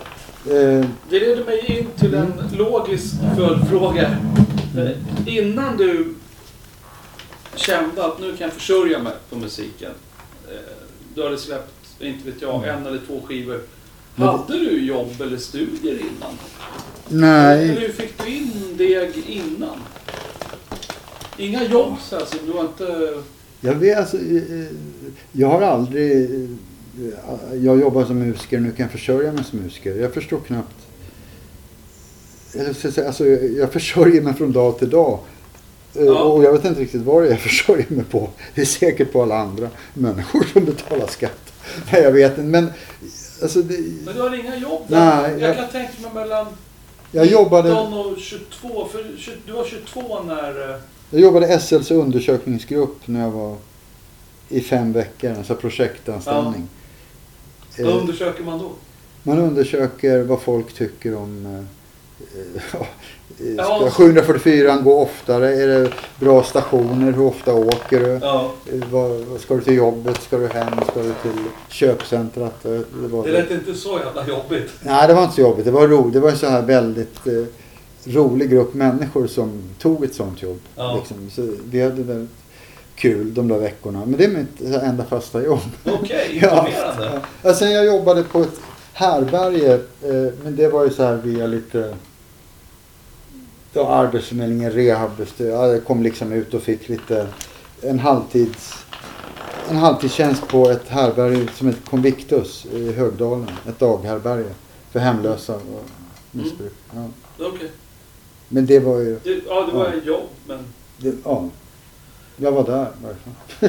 Eh, Det leder mig in till en Mm. logisk följdfråga. Eh, Innan du kände att nu kan jag försörja mig på musiken. Eh, Du hade släppt, inte vet jag, en eller två skivor. Men det- Hade du jobb eller studier innan? nej. Eller hur fick du in deg innan? Inga jobb så här, så du har inte... Jag vet alltså, eh, jag har aldrig, eh, jag jobbar som musiker, nu kan jag försörja mig som musiker. Jag förstår knappt, eller så att säga, alltså jag försörjer mig från dag till dag. Eh, Ja. Och jag vet inte riktigt vad det är jag försörjer mig på. Det är säkert på alla andra människor som betalar skatt. Nej, jag vet inte, men alltså det, Men du har inga jobb där? Nej, jag, jag- kan tänka mig mellan jag jobbade, nitton och tjugotvå, för tjugo du var tjugotvå när... eh, jag jobbade S L:s undersökningsgrupp när jag var i fem veckor, alltså projektanställning. Vad Eh, undersöker man då? Man undersöker vad folk tycker om eh, ja, Ja. ska sjuhundrafyrtiofyra gå oftare? Är det bra stationer? Hur ofta åker du? Ja. Eh, Vad, vad ska du till jobbet? Ska du hem? Ska du till köpcentrat? Eh, Det var, Det lät inte så jävla jobbigt. nej, det var inte så jobbigt. Det var roligt. Det var en så här väldigt eh, rolig grupp människor som tog ett sånt jobb. Ja. Liksom. Så vi hade väldigt kul de där veckorna. Men det är mitt enda fasta jobb. Okej, Ja. imponerande. Ja, sen jag jobbade på ett härberge, eh, men det var ju så här via lite ja, arbetsförmedlingen, rehabstöd. Ja, jag kom liksom ut och fick lite en halvtids en halvtidstjänst på ett härberge som heter Convictus i Högdalen, ett daghärberge för hemlösa och missbruk. Ja. Okej. Men det var ju, Det, ja, det var Ja. ett jobb, men... det, ja, jag var där i varje fall.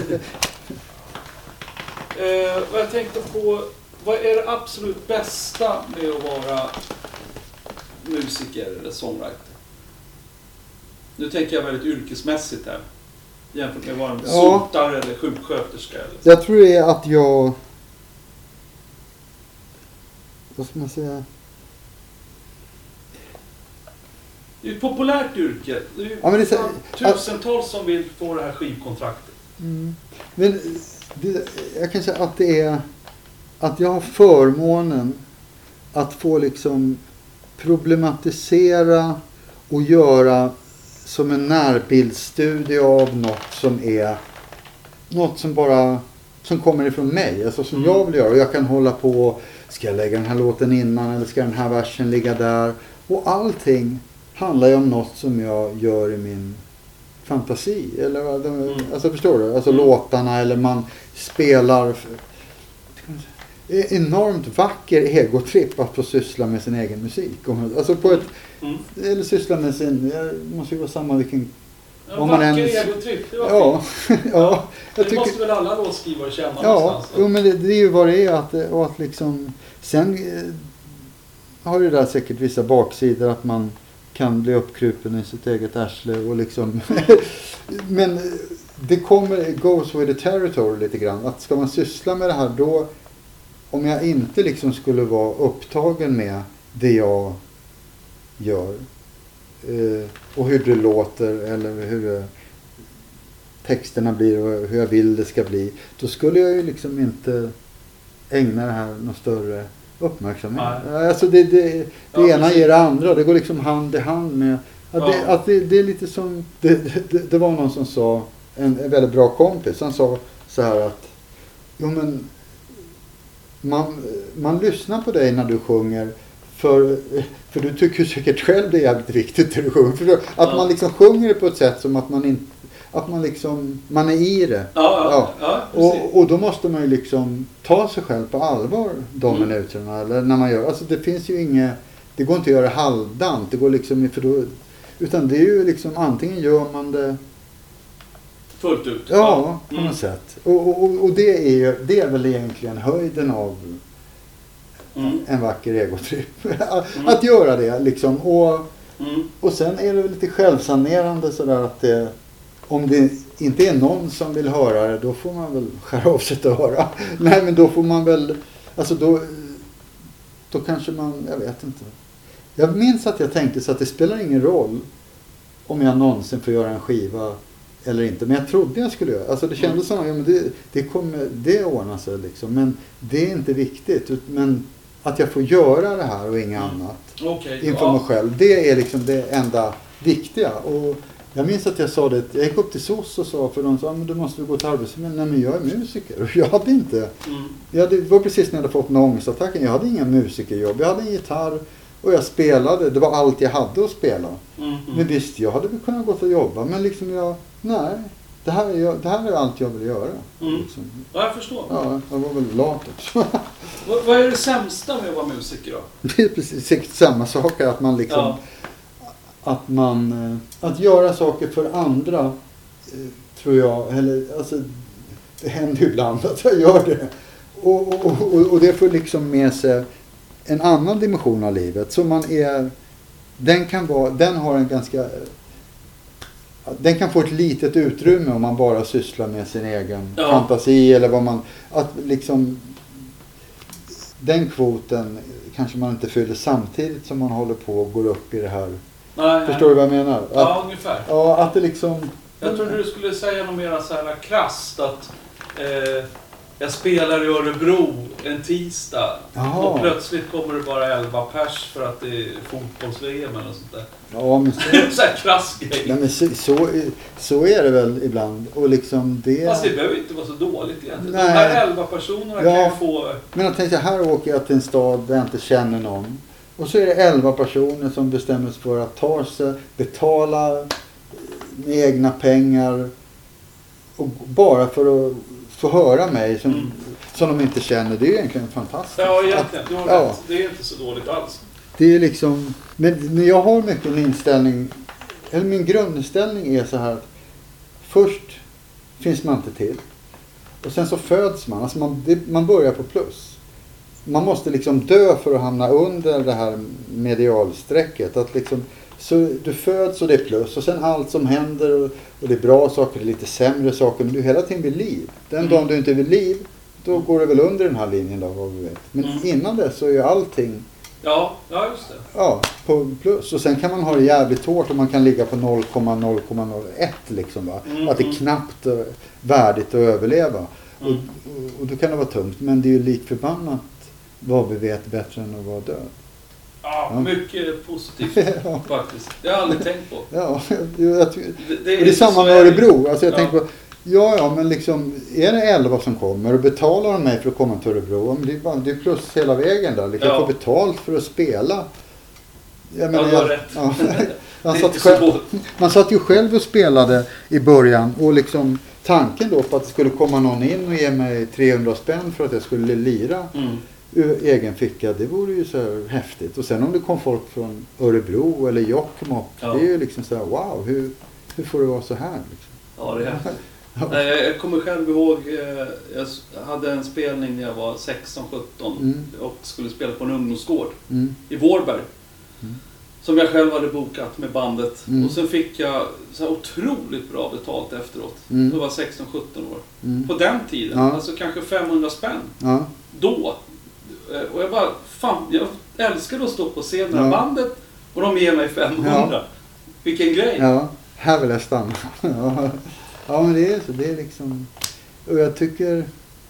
Eh, vad jag tänkte på, vad är det absolut bästa med att vara musiker eller songwriter? Nu tänker jag väldigt yrkesmässigt här. Jämfört med att vara en Ja. sotare eller sjuksköterska. Eller så. Jag tror det är att jag, vad ska man säga? Det är ett populärt yrke. Det är ju Ja, men det är så- fan tusentals som vill få det här skivkontraktet. Mm. Men det, jag kan säga att det är att jag har förmånen att få liksom problematisera och göra som en närbildsstudie av något som är något som bara som kommer ifrån mig, alltså som Mm. jag vill göra. Och jag kan hålla på, ska jag lägga den här låten innan eller ska den här versen ligga där? Och allting handlar ju om något som jag gör i min fantasi. Eller, vad de- Mm. alltså förstår du? Alltså Mm. låtarna eller man spelar. Enormt vacker egotripp att få syssla med sin egen musik. Om- Alltså på ett, Mm. eller syssla med sin, det måste ju vara samma vilken, Ja, Om man vacker ens- egotripp, det var ja, fint. ja, jag Det tycker, måste väl alla låtskrivare känna ja, någonstans? jo, men det, det är ju vad det är att, och att liksom, sen eh, har ju det där säkert vissa baksidor att man kan bli uppkrupen i sitt eget arsle och liksom, men eh, det kommer, it goes with the territory lite grann, att ska man syssla med det här då, om jag inte liksom skulle vara upptagen med det jag gör eh, och hur det låter eller hur det, texterna blir och hur jag vill det ska bli, då skulle jag ju liksom inte ägna det här någon större uppmärksamhet. Nej. Alltså det, det, det Ja, ena precis. ger det andra, det går liksom hand i hand med att, det, Ja. att det, det är lite som, det, det, det var någon som sa, en, en väldigt bra kompis, han sa så här att jo men man, man lyssnar på dig när du sjunger för, för du tycker säkert själv det är jävligt viktigt det du sjunger. För att Ja. man liksom sjunger det på ett sätt som att man inte, att man liksom, man är i det. Ja, ja, ja, precis. Och, och då måste man ju liksom ta sig själv på allvar de Mm. minuterna. Eller när man gör, alltså det finns ju inget, det går inte att göra halvdant. Det går liksom, för då, utan det är ju liksom, antingen gör man det Fullt ut. ja, på Mm. något sätt. Och, och, och det, är ju, det är väl egentligen höjden av Mm. en vacker egotripp. att, att göra det liksom. Och, Mm. och sen är det väl lite självsanerande sådär att det, om det inte är någon som vill höra det, då får man väl skära av sitt öra. Nej, men då får man väl, alltså då, då kanske man, jag vet inte. Jag minns att jag tänkte så att det spelar ingen roll om jag någonsin får göra en skiva eller inte. Men jag trodde jag skulle göra. Alltså det kändes Mm. som, ja, men det, det kommer, det ordnar sig liksom. Men det är inte viktigt. ut- Men att jag får göra det här och inget Mm. annat. Okej, Inför ja. mig själv. Det är liksom det enda viktiga. Och jag minns att jag sa det, jag gick upp till S O S och sa, för de sa, men du måste gå till arbetsförmedlingen. Nej, men jag är musiker. Och jag hade inte, Mm. jag hade, det var precis när jag hade fått en ångestattack. Jag hade inga musikerjobb. Jag hade en gitarr och jag spelade. Det var allt jag hade att spela. Mm. Mm. Men visst, jag hade väl kunnat gå och jobba. Men liksom jag, nej. Det här är, jag, det här är allt jag vill göra. Mm. Liksom. Ja, jag förstår. Ja, jag var väl lat också. Vad, vad är det sämsta med att vara musiker då? Det är precis säkert samma sak. Att man liksom... Ja. Att man... eh, Att göra saker för andra. eh, Tror jag. Eller alltså... Det händer ju ibland att jag gör det. Och, och, och, och det får liksom med sig en annan dimension av livet. Så man är... Den kan vara... Den har en ganska... Den kan få ett litet utrymme om man bara sysslar med sin egen Ja. fantasi eller vad man... Att liksom... Den kvoten kanske man inte fyller samtidigt som man håller på och går upp i det här. Nej, Förstår du vad jag menar? Att, Ja, ungefär. ja, att det liksom... Jag trodde du skulle säga något mer så här krasst att eh, jag spelar i Örebro en tisdag Jaha. och plötsligt kommer det bara elva pers för att det är fotbolls-V M eller sånt där. Ja, men så, Så här krass grej. nej, men så, så, så är det väl ibland. Och liksom det... Fast det behöver inte vara så dåligt egentligen. Nej. De här elva personerna Ja. kan ju få... Men jag tänkte, här åker jag till en stad där jag inte känner någon. Och så är det elva personer som bestämmer sig för att ta sig, betala med egna pengar. Och bara för att få höra mig som, Mm. som de inte känner. Det är egentligen fantastiskt. Ja, egentligen. Du har Ja. rätt. Det är inte så dåligt alls. Det är liksom, men, men jag har mycket en inställning, eller min grundinställning är så här att först finns man inte till. Och sen så föds man, alltså man, det, man börjar på plus. Man måste liksom dö för att hamna under det här medialsträcket. Att liksom, så du föds och det är plus. Och sen allt som händer och, och det är bra saker, det är lite sämre saker. Men du är hela tiden vid liv. Den Mm. dagen du inte är vid liv, då går det väl under den här linjen då, vad vi vet. Men Mm. innan det så är ju allting Ja, ja just det. ja, på plus. Och sen kan man ha det jävligt hårt och man kan ligga på noll komma noll komma noll ett liksom va. Mm, Att det är mm. knappt uh, värdigt att överleva. Mm. Och, och, och då kan det vara tungt. Men det är ju likt förbannat vad vi vet bättre än att vara död. Ja, Ja. mycket positivt Ja. faktiskt. Det har jag aldrig tänkt på. Ja, jag, jag, ty- Det, och det är samma så med är det. Örebro. Alltså jag Ja. tänker på, ja ja men liksom, är det elva som kommer och betalar de mig för att komma till Örebro, ja, men det är, bara, det är plus hela vägen där. Liksom, Ja. Jag får betalt för att spela. Jag Ja, du har jag- rätt. ja. Det Man är satt, inte så själv, dåligt. man satt ju själv och spelade i början och liksom tanken då på att det skulle komma någon in och ge mig trehundra spänn för att jag skulle lira Mm. ur egen ficka, det vore ju så här häftigt. Och sen om det kom folk från Örebro eller Jokkmokk, Ja. det är ju liksom så här, wow, hur, hur får det vara så här? Liksom? Ja, det är häftigt. Nej, jag- Jag kommer själv ihåg, eh, jag s- hade en spelning när jag var sexton sjutton Mm. och skulle spela på en ungdomsgård Mm. i Vårberg. Mm. Som jag själv hade bokat med bandet. Mm. Och sen fick jag så här otroligt bra betalt efteråt. Mm. Då var jag sexton sjutton år. Mm. På den tiden, Ja. alltså kanske femhundra spänn. Ja. Då. Eh, Och jag bara, fan, jag älskar att stå på scen med Ja. bandet och de ger mig femhundra. Ja. Vilken grej. Ja, här vill jag stanna. Ja. Ja, men det är så. Det är liksom... Och jag tycker...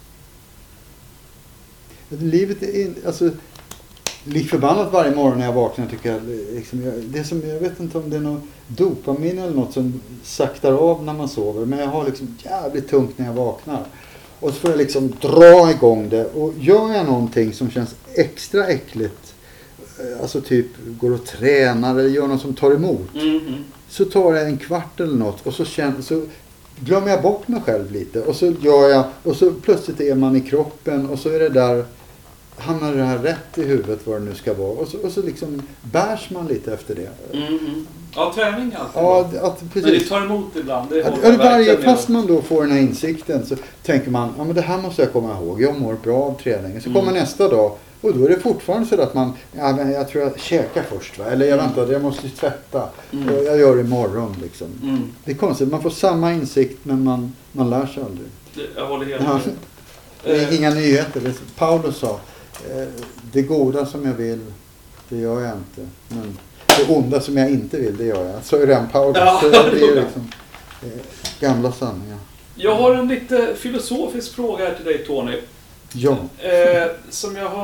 att livet är... In, alltså, lik förbannat varje morgon när jag vaknar tycker jag... Liksom, jag det är som, jag vet inte om det är något dopamin eller något som saktar av när man sover. Men jag har liksom jävligt tungt när jag vaknar. Och så får jag liksom dra igång det. Och gör jag någonting som känns extra äckligt... Alltså typ går och tränar eller gör något som tar emot. Mm, mm. Så tar jag en kvart eller något och så, känner, så glömmer jag bort mig själv lite. Och så gör jag, och så plötsligt är man i kroppen och så är det där, hamnar det här rätt i huvudet vad det nu ska vara. Och så, och så liksom bärs man lite efter det. Mm, mm. Ja, träning är alltid Ja, bra. att, Men det precis. tar emot ibland. Det Att, håller att jag varje, verkligen med fast om. man då får den här insikten så tänker man, ja men det här måste jag komma ihåg. Jag mår bra av träningen. Så Mm. kommer nästa dag och då är det fortfarande så att man, ja men jag tror jag käkar först va. Eller jag Mm. väntar, jag måste tvätta. Mm. Och jag gör det imorgon liksom. Mm. Det är konstigt, man får samma insikt men man, man lär sig aldrig. Det- Jag håller helt Ja. med. Det är Eh, inga nyheter. Det- Paulus sa, eh, det goda som jag vill, det gör jag inte. Men det onda som jag inte vill, det gör jag. Så är redan Paulus. Ja, Så det är det ju är bra. liksom eh, gamla sanningar. Jag har en lite filosofisk fråga här till dig, Tony. Ja. Eh, som jag har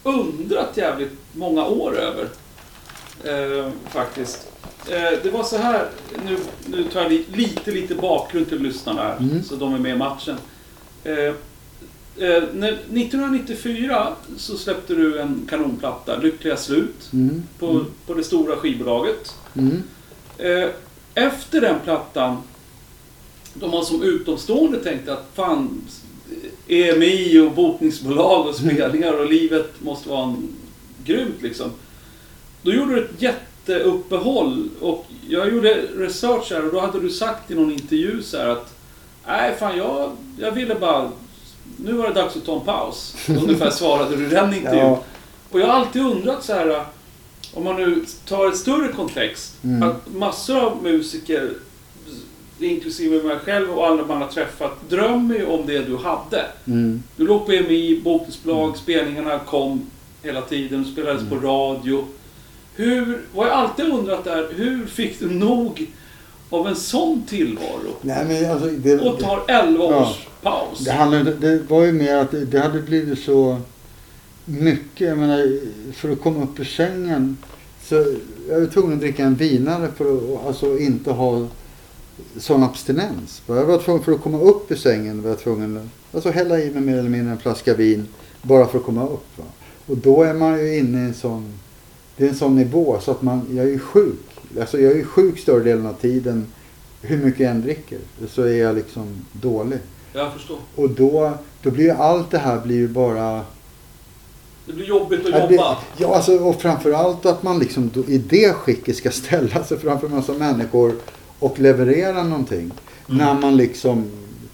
undrat jävligt många år över. Eh, faktiskt. Eh, det var så här, nu, nu tar jag li, lite, lite bakgrund till lyssnarna här, mm. så de är med i matchen. Eh, eh, när, nittonhundranittiofyra så släppte du en kanonplatta, Lyckliga slut, mm. På, mm. på det stora skivbolaget. Mm. Eh, efter den plattan, då man som utomstående tänkte att fan, E M I och bokningsbolag och spelningar och livet måste vara en, grymt liksom. Då gjorde du ett jätteuppehåll och jag gjorde research här och då hade du sagt i någon intervju så här att nej fan jag, jag ville bara, nu var det dags att ta en paus. Ungefär svarade du i den intervjun. Ja. Och jag har alltid undrat så här, om man nu tar ett större kontext, mm. att massor av musiker, inklusive mig själv och alla man har träffat, drömmer ju om det du hade. Mm. Du låg på E M I, bokningsbolag, mm. spelningarna kom hela tiden, spelades mm. på radio. Hur, vad jag alltid undrat är, hur fick du nog av en sån tillvaro? Nej, men alltså, det, och tar elva ja, års paus. Det, handlade, det var ju mer att det, det hade blivit så mycket. Jag menar, för att komma upp ur sängen så jag var tvungen att dricka en vinare för att alltså, inte ha sån abstinens. Jag var tvungen, för att komma upp ur sängen var jag tvungen att alltså, hälla i mig mer eller mindre en flaska vin bara för att komma upp. Va? Och då är man ju inne i en sån, det är en sån nivå så att man, jag är sjuk. Alltså jag är sjuk större delen av tiden. Hur mycket jag än dricker så är jag liksom dålig. Jag förstår. Och då, då blir ju allt det här blir ju bara... Det blir jobbigt att jobba. Ja, alltså, och framförallt att man liksom då, i det skicket ska ställa sig framför en massa människor och leverera någonting. Mm. När man liksom...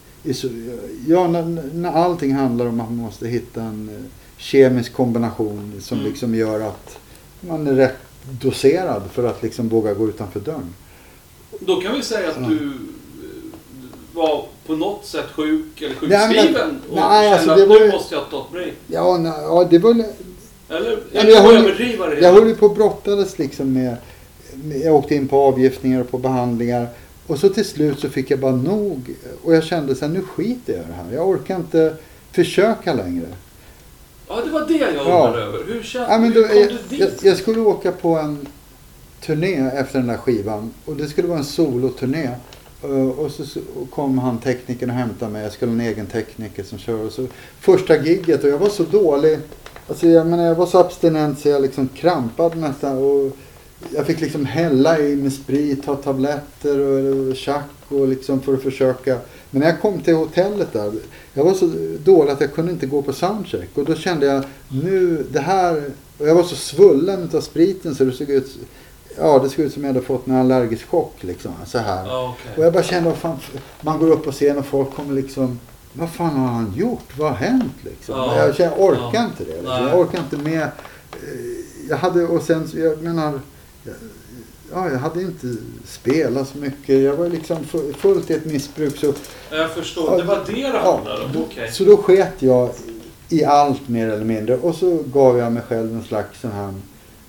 Ja, när, när allting handlar om att man måste hitta en kemisk kombination som mm. liksom gör att man är rätt doserad för att liksom våga gå utanför dörren. Då kan vi säga att ja. du var på något sätt sjuk eller sjukskriven och nej, kände alltså, att det nu var, måste jag ta ett break. Ja, nej, ja det var... Eller, eller jag, höll, jag höll ju på att brottades liksom med, med... Jag åkte in på avgiftningar och på behandlingar. Och så till slut så fick jag bara nog. Och jag kände så här, nu skiter jag i det här. Jag orkar inte försöka längre. Ja, det var det jag undrade ja. över. Hur kände ja, men då, hur kom jag, du dit? Jag, jag skulle åka på en turné efter den där skivan. Och det skulle vara en soloturné. Uh, och så, så kom han teknikern och hämtade mig. Jag skulle ha en egen tekniker som kör. Och så, första gigget och jag var så dålig. Alltså jag, menar, jag var så abstinent så jag liksom krampade nästan. Och jag fick liksom hälla i med sprit, ta tabletter och, och tjack och liksom för att försöka. Men när jag kom till hotellet där, jag var så dålig att jag kunde inte gå på soundcheck. Och då kände jag, nu det här, och jag var så svullen av spriten så det såg ut, ja det såg ut som jag hade fått en allergisk chock liksom, så här. Oh, okay. Och jag bara kände, vad fan, man går upp på scen och folk kommer liksom, vad fan har han gjort? Vad har hänt liksom? Oh. Jag, jag orkar oh. inte det. Liksom. Jag orkar inte med, jag hade, och sen, jag menar, ja, jag hade inte spelat så mycket. Jag var liksom fullt i ett missbruk. Så, jag förstår, det var det det handlade om. Ja, okay. Så då sket jag i allt mer eller mindre. Och så gav jag mig själv en slags sån här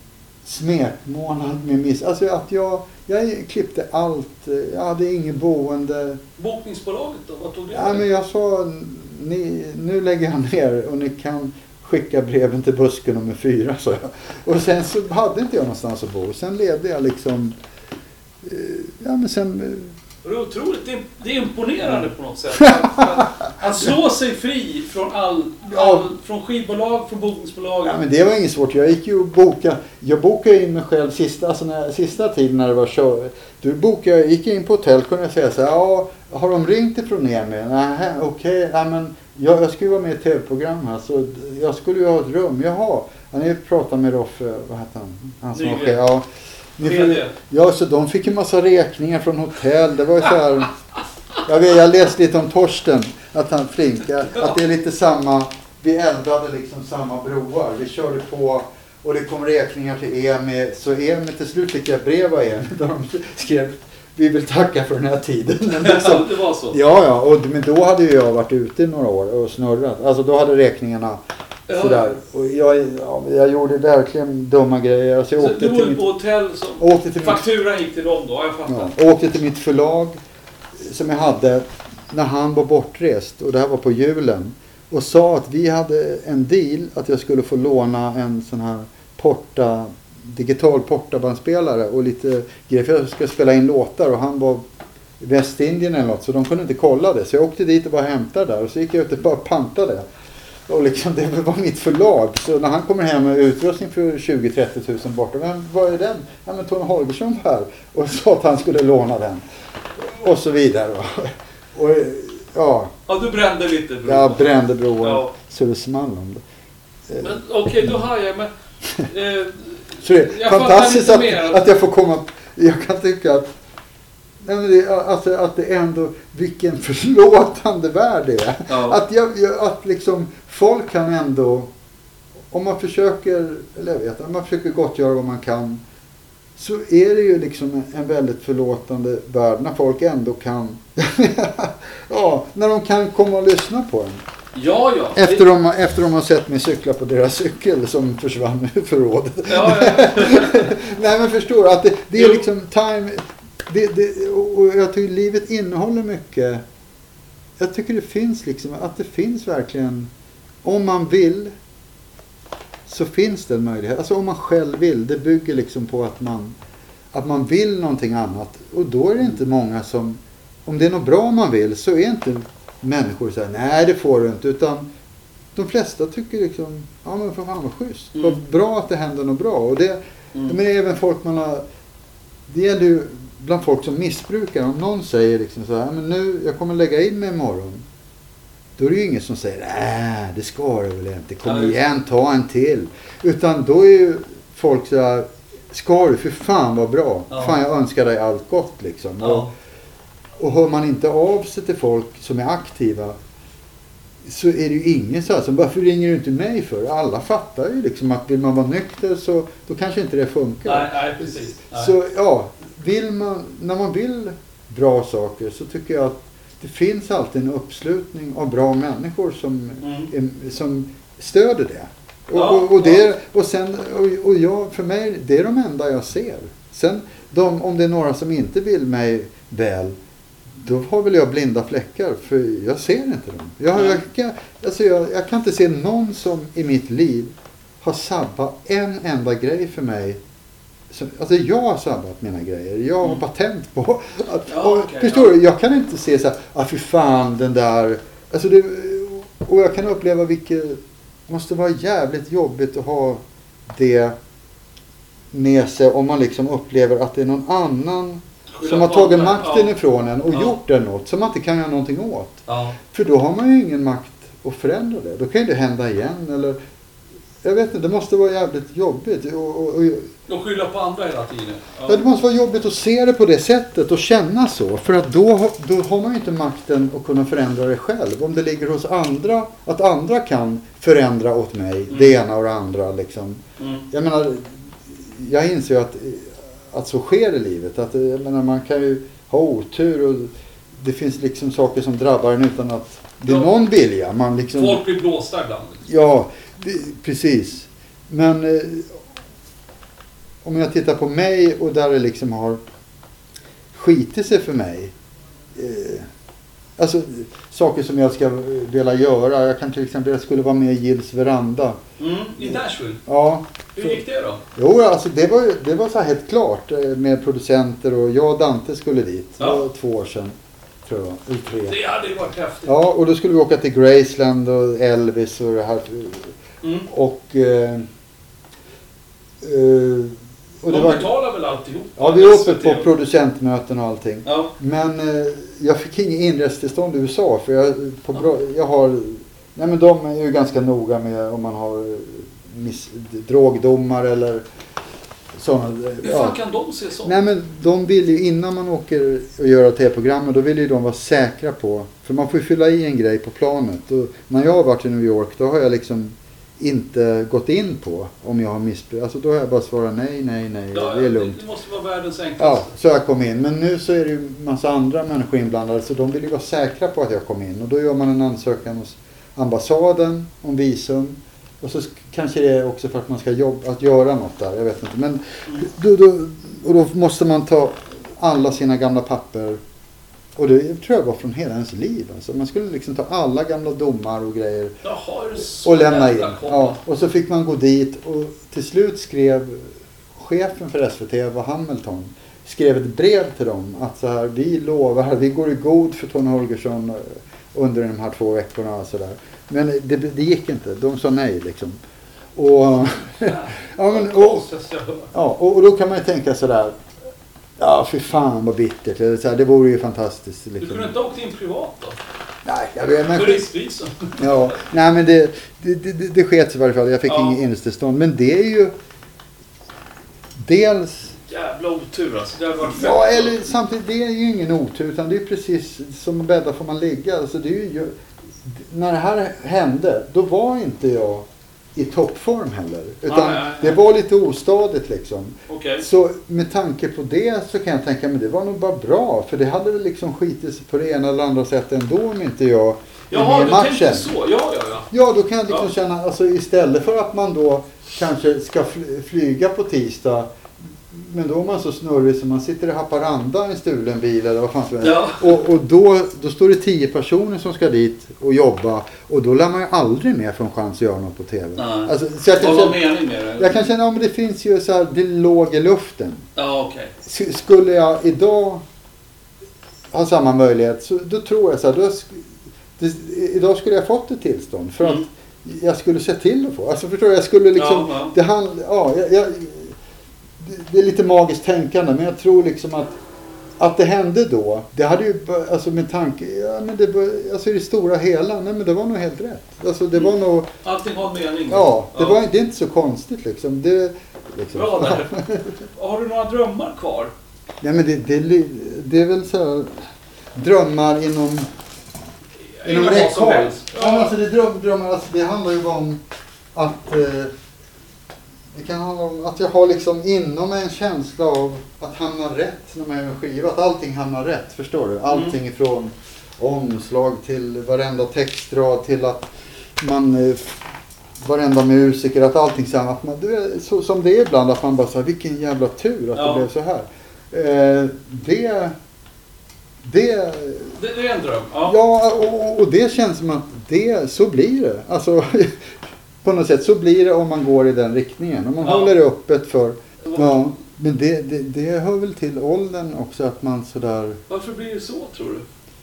smekmånad med miss. Alltså att jag, jag klippte allt. Jag hade ingen boende. Bokningsbolaget då? Vad tog det? Ja, men jag sa, ni, nu lägger jag ner och ni kan skicka breven till busken nummer fyra, så jag. Och sen så hade inte jag någonstans att bo. Sen levde jag liksom... Eh, ja, men sen... Eh, det är otroligt. Det är, det är imponerande ja. på något sätt. Att, att slå sig fri från all, all... Från skivbolag, från bokningsbolag. Ja, men det var inget svårt. Jag gick ju och bokade... Jag bokade in mig själv sista, alltså när, sista tiden när det var kör. Du bokade... Jag gick in på hotell, kunde jag säga så här. Ja, har de ringt ifrån er med? Nej, okej. Okay, ja, men... Jag, jag skulle vara med i ett tv-program här, så jag skulle ju ha ett rum. Jaha, ja, ni pratade med Roffe, vad heter han? Han som var ja. Får, ja, så de fick en massa räkningar från hotell. Det var ju så här, jag, vet, jag läste lite om Torsten, att han flinka, att det är lite samma, vi eldade liksom samma broar. Vi körde på och det kom räkningar till E M I, så E M I till slut fick jag brev av E M I där de skrev, vi vill tacka för den här tiden. Men liksom, det var så? Ja, ja. Och, men då hade ju jag varit ute i några år och snurrat. Alltså då hade räkningarna ja. sådär. Och jag, ja, jag gjorde verkligen dumma grejer. Alltså, jag så åkte du till var mitt, på hotell som åkte till fakturan mitt, gick till dem då, jag fattar. Ja, åkte till mitt förlag som jag hade när han var bortrest. Och det här var på julen. och sa att vi hade en deal att jag skulle få låna en sån här porta, digital portabandspelare och lite grejer för jag ska spela in låtar, och han var i Västindien eller något, så de kunde inte kolla det. Så jag åkte dit och bara hämtade där, och så gick jag ut och bara pantade. Och liksom, det var mitt förlag. Så när han kommer hem med utrustning för tjugo till trettio tusen borta, men vad är den? Ja, men Tony Holgersson var här och sa att han skulle låna den. Och så vidare. Och, ja. Ja, du brände lite bro. Ja, brände broar. Ja. Så det small om det. Men okej, okay, då har jag, men... Eh, så det är fantastiskt att, att jag får komma... Jag kan tycka att... Nej, men det, alltså, att det ändå... Vilken förlåtande värld det är. Ja. Att, jag, att liksom... Folk kan ändå... Om man försöker... Eller jag vet, om man försöker gottgöra vad man kan... Så är det ju liksom en, en väldigt förlåtande värld. När folk ändå kan... ja, när de kan komma och lyssna på en. Ja, ja. Efter de, efter de har sett mig cykla på deras cykel som försvann ur förrådet. Ja, ja. Nej, men förstår du att det, det är liksom time... Det, det, och jag tycker livet innehåller mycket. Jag tycker det finns liksom... Att det finns verkligen... Om man vill... Så finns det en möjlighet. Alltså om man själv vill. Det bygger liksom på att man... Att man vill någonting annat. Och då är det inte många som... Om det är något bra man vill så är inte... Människor säger nej det får du inte, utan de flesta tycker liksom ja men för fan vad schysst, mm. vad bra att det händer något bra, och det mm. men även folk man har, det gäller ju bland folk som missbrukar, om någon säger liksom så här men nu jag kommer lägga in mig imorgon, då är det ju ingen som säger nej det ska du väl inte, kom igen ta en till, utan då är ju folk så här ska du för fan vad bra, ja. Fan jag önskar dig allt gott liksom. Ja. Och, Och hör man inte av sig till folk som är aktiva så är det ju ingen så här som varför ringer du inte mig för? Alla fattar ju liksom att vill man vara nykter så då kanske inte det funkar. Nej, nej precis. Nej. Så ja, vill man, när man vill bra saker så tycker jag att det finns alltid en uppslutning av bra människor som, mm. är, som stöder det. Och, ja, och, och, det och, sen, och, och jag, för mig, det är de enda jag ser. Sen de, om det är några som inte vill mig väl, då har väl jag blinda fläckar, för jag ser inte dem. Jag, jag, jag, alltså jag, jag kan inte se någon som i mitt liv har sabbat en enda grej för mig. Så, alltså jag har sabbat mina grejer. Jag har mm. patent på. Att, ja, och, okay, förstår ja. du? Jag kan inte se så här, ah fy fan den där. Alltså det, och jag kan uppleva vilket måste vara jävligt jobbigt att ha det med sig om man liksom upplever att det är någon annan som har tagit makten ja. ifrån en och ja. gjort det något som man inte kan göra någonting åt. Ja. För då har man ju ingen makt att förändra det. Då kan det hända igen. Eller, jag vet inte, det måste vara jävligt jobbigt. Och, och, och, och skylla på andra hela tiden. Ja. Ja, det måste vara jobbigt att se det på det sättet och känna så. För att då, då har man ju inte makten att kunna förändra det själv. Om det ligger hos andra, att andra kan förändra åt mig. Mm. Det ena och det andra liksom. Mm. Jag menar, jag inser ju att att så sker i livet. Att, jag menar, man kan ju ha otur och det finns liksom saker som drabbar en utan att det är ja. någon vilja. Man liksom, folk blir blåsta ibland. Ja, det, precis. Men eh, om jag tittar på mig och där det liksom har skitit sig för mig. Eh, alltså saker som jag ska vilja göra. Jag kan till exempel, jag skulle vara med i Gills veranda. Mm, i Nashville? Ja. Hur gick det då? Jo, alltså det var, det var så här helt klart med producenter och jag och Dante skulle dit. Ja. Det var två år sedan, tror jag. I tre. Det hade ju varit häftigt. Ja, och då skulle vi åka till Graceland och Elvis och det här. Mm. Och... Eh, eh, och de det var, betalar väl alltihop? Ja, vi var uppe på producentmöten och allting. Ja. Men eh, jag fick ingen inrestillstånd i U S A för jag, på bra, jag har... Nej men de är ju ganska noga med om man har miss, drogdomar eller sådana. Hur fan ja. kan de se så? Nej men de vill ju innan man åker och gör tv-programmet, då vill ju de vara säkra på. För man får ju fylla i en grej på planet. Och när jag har varit i New York då har jag liksom inte gått in på om jag har missbruk. Alltså då har jag bara svarat nej, nej, nej. Ja, det är lugnt. Det måste vara världens enklaste. Ja, så jag kom in. Men nu så är det ju massa andra människor inblandade så de vill ju vara säkra på att jag kom in. Och då gör man en ansökan hos ambassaden om visum. Och så kanske det är också för att man ska jobba, att göra något där, jag vet inte. Men då, då, och då måste man ta alla sina gamla papper. Och det tror jag var från hela ens liv. Alltså. Man skulle liksom ta alla gamla domar och grejer. Jaha, är det så och lämna in. Kom. Ja, och så fick man gå dit och till slut skrev chefen för S V T, var Hamilton, skrev ett brev till dem att så här, vi lovar, vi går i god för Tony Holgersson under de här två veckorna och sådär. Men det, det gick inte, de sa nej liksom. Och, ja, men, och, ja, och då kan man ju tänka sådär, ja för fan vad bittert, det, så här, det vore ju fantastiskt. Liksom. Du kunde inte ha åkt in privat då? Nej, jag vet, men turistvisum. Ja, nej men det, det, det, det sket i varje fall, jag fick ja. ingen instestånd. Men det är ju dels... Jävla otur alltså. Det har varit ja, eller samtidigt, det är ju ingen otur utan det är precis som bäddar får man ligga. Alltså, det är ju, när det här hände, då var inte jag i toppform heller. Utan ah, ja, ja. Det var lite ostadigt liksom. Okay. Så med tanke på det så kan jag tänka mig det var nog bara bra. För det hade väl liksom skitit sig på det ena eller andra sättet ändå om inte jag Jaha, du matchen. Tänkte så. Ja, ja, ja. Ja, då kan jag liksom ja. känna, alltså istället för att man då kanske ska flyga på tisdag. Men då är man så snurrig så man sitter i Haparanda i en stulen bil eller vad fan som helst. Ja. Och, och då, då står det tio personer som ska dit och jobba. Och då lär man ju aldrig mer från chans att göra något på tv. Nej. Alltså, så jag kan vad känna, mening med det? Jag kan känna, ja, men det finns ju så här, det låg i luften. Ja, okej. Okay. Skulle jag idag ha samma möjlighet så då tror jag så här, då, det, idag skulle jag fått ett tillstånd. För mm. att jag skulle se till att få. Alltså förstår jag, jag skulle liksom, ja, ja. det hand, ja, jag, jag det är lite magiskt tänkande, men jag tror liksom att att det hände då, det hade ju alltså med tanke, ja men det alltså i det stora hela, nej men det var nog helt rätt. Alltså det var nog allting har mening. Ja, det ja. var det är inte så konstigt liksom. Det liksom. Bra där. Har du några drömmar kvar? Ja men det det, det är väl så här, drömmar inom inom, inom räckhåll. Ja, ja alltså det dröm, drömmar alltså, det handlar ju om att eh, det kan handla om att jag har liksom inom en känsla av att hamna rätt när man gör en skiva. Att allting hamnar rätt, förstår du? Allting mm. från omslag till varenda textrad till att man, varenda musiker, att allting samma. Att man, det, så, som det är ibland, att man bara säger vilken jävla tur att ja. det blev så här. Eh, det, det, det... Det är en dröm. Ja, ja och, och det känns som att det, så blir det. Alltså... På något sätt så blir det om man går i den riktningen. Om man ja. håller det öppet för... Ja, men det, det, det hör väl till åldern också att man sådär... Varför blir det så, tror du?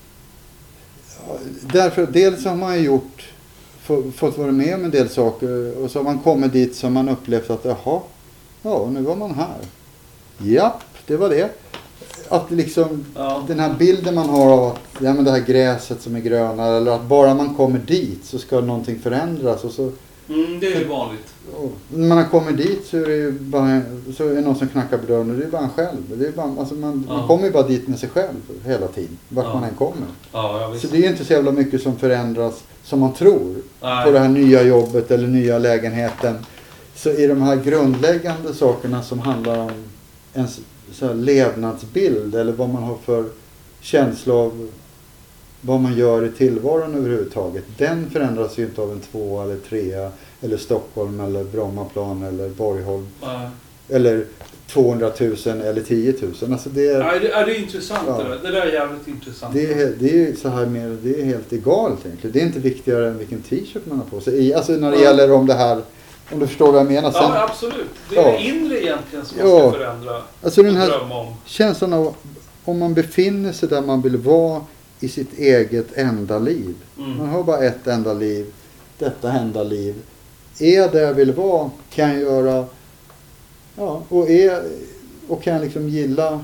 Ja, därför att dels har man ju gjort... Få, fått vara med om en del saker. Och så har man kommit dit som man upplevt att jaha, ja nu var man här. Japp, det var det. Att liksom ja. den här bilden man har av att ja, men det här gräset som är gröna. Eller att bara man kommer dit så ska någonting förändras. Och så... Mm, det är ju vanligt. Och när man kommer dit så är det ju bara, så är det någon som knackar på dörren och det är bara en själv. Det är bara, alltså man, ja. man kommer ju bara dit med sig själv hela tiden, vart ja. man än kommer. Ja, så det är inte så jävla mycket som förändras som man tror. Nej. På det här nya jobbet eller nya lägenheten. Så är de här grundläggande sakerna som handlar om ens så här levnadsbild eller vad man har för känsla av vad man gör i tillvaron överhuvudtaget. Den förändras ju inte av en två eller trea eller Stockholm eller Brommaplan eller Borgholm. Uh. Eller tvåhundratusen eller tiotusen. Alltså det är, ja, det, är det intressant. Ja. Det, det där är jävligt intressant. Det är, det är så här mer, det är helt egalt egentligen. Det är inte viktigare än vilken t-shirt man har på sig. Alltså när det uh. gäller om det här, om du förstår vad jag menar. Sen, ja, absolut. Det är ja. det inre egentligen som man ja. ska förändra. Alltså den här drömma om. Känslan av om man befinner sig där man vill vara i sitt eget enda liv. Mm. Man har bara ett enda liv. Detta enda liv. Är det jag vill vara kan jag göra ja, och, är, och kan liksom gilla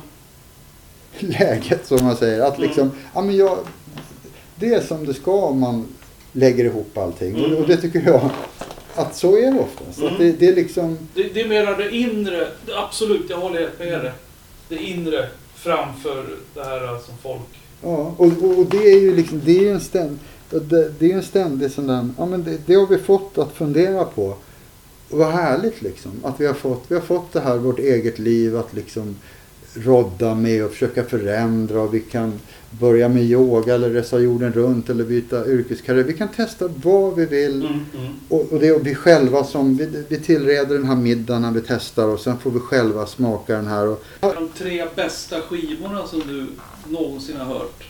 läget som man säger. Att liksom, mm. ja men jag, det är som det ska om man lägger ihop allting. Mm. Och, och det tycker jag att så är det oftast. Mm. Att det, det är liksom... Det, det är mer det inre, absolut jag håller helt med det. Det inre framför det här som folk... Ja, och, och, och det är ju liksom, det är en ständ, det, det är en ständig sån där, ja men det, det har vi fått att fundera på. Och vad härligt liksom, att vi har fått, vi har fått det här, vårt eget liv att liksom rodda med och försöka förändra och vi kan börja med yoga eller resa jorden runt eller byta yrkeskarriär. Vi kan testa vad vi vill mm, mm. Och, och det är vi själva som, vi, vi tillreder den här middagen när vi testar och sen får vi själva smaka den här. Och, de tre bästa skivorna som du någonsin har hört?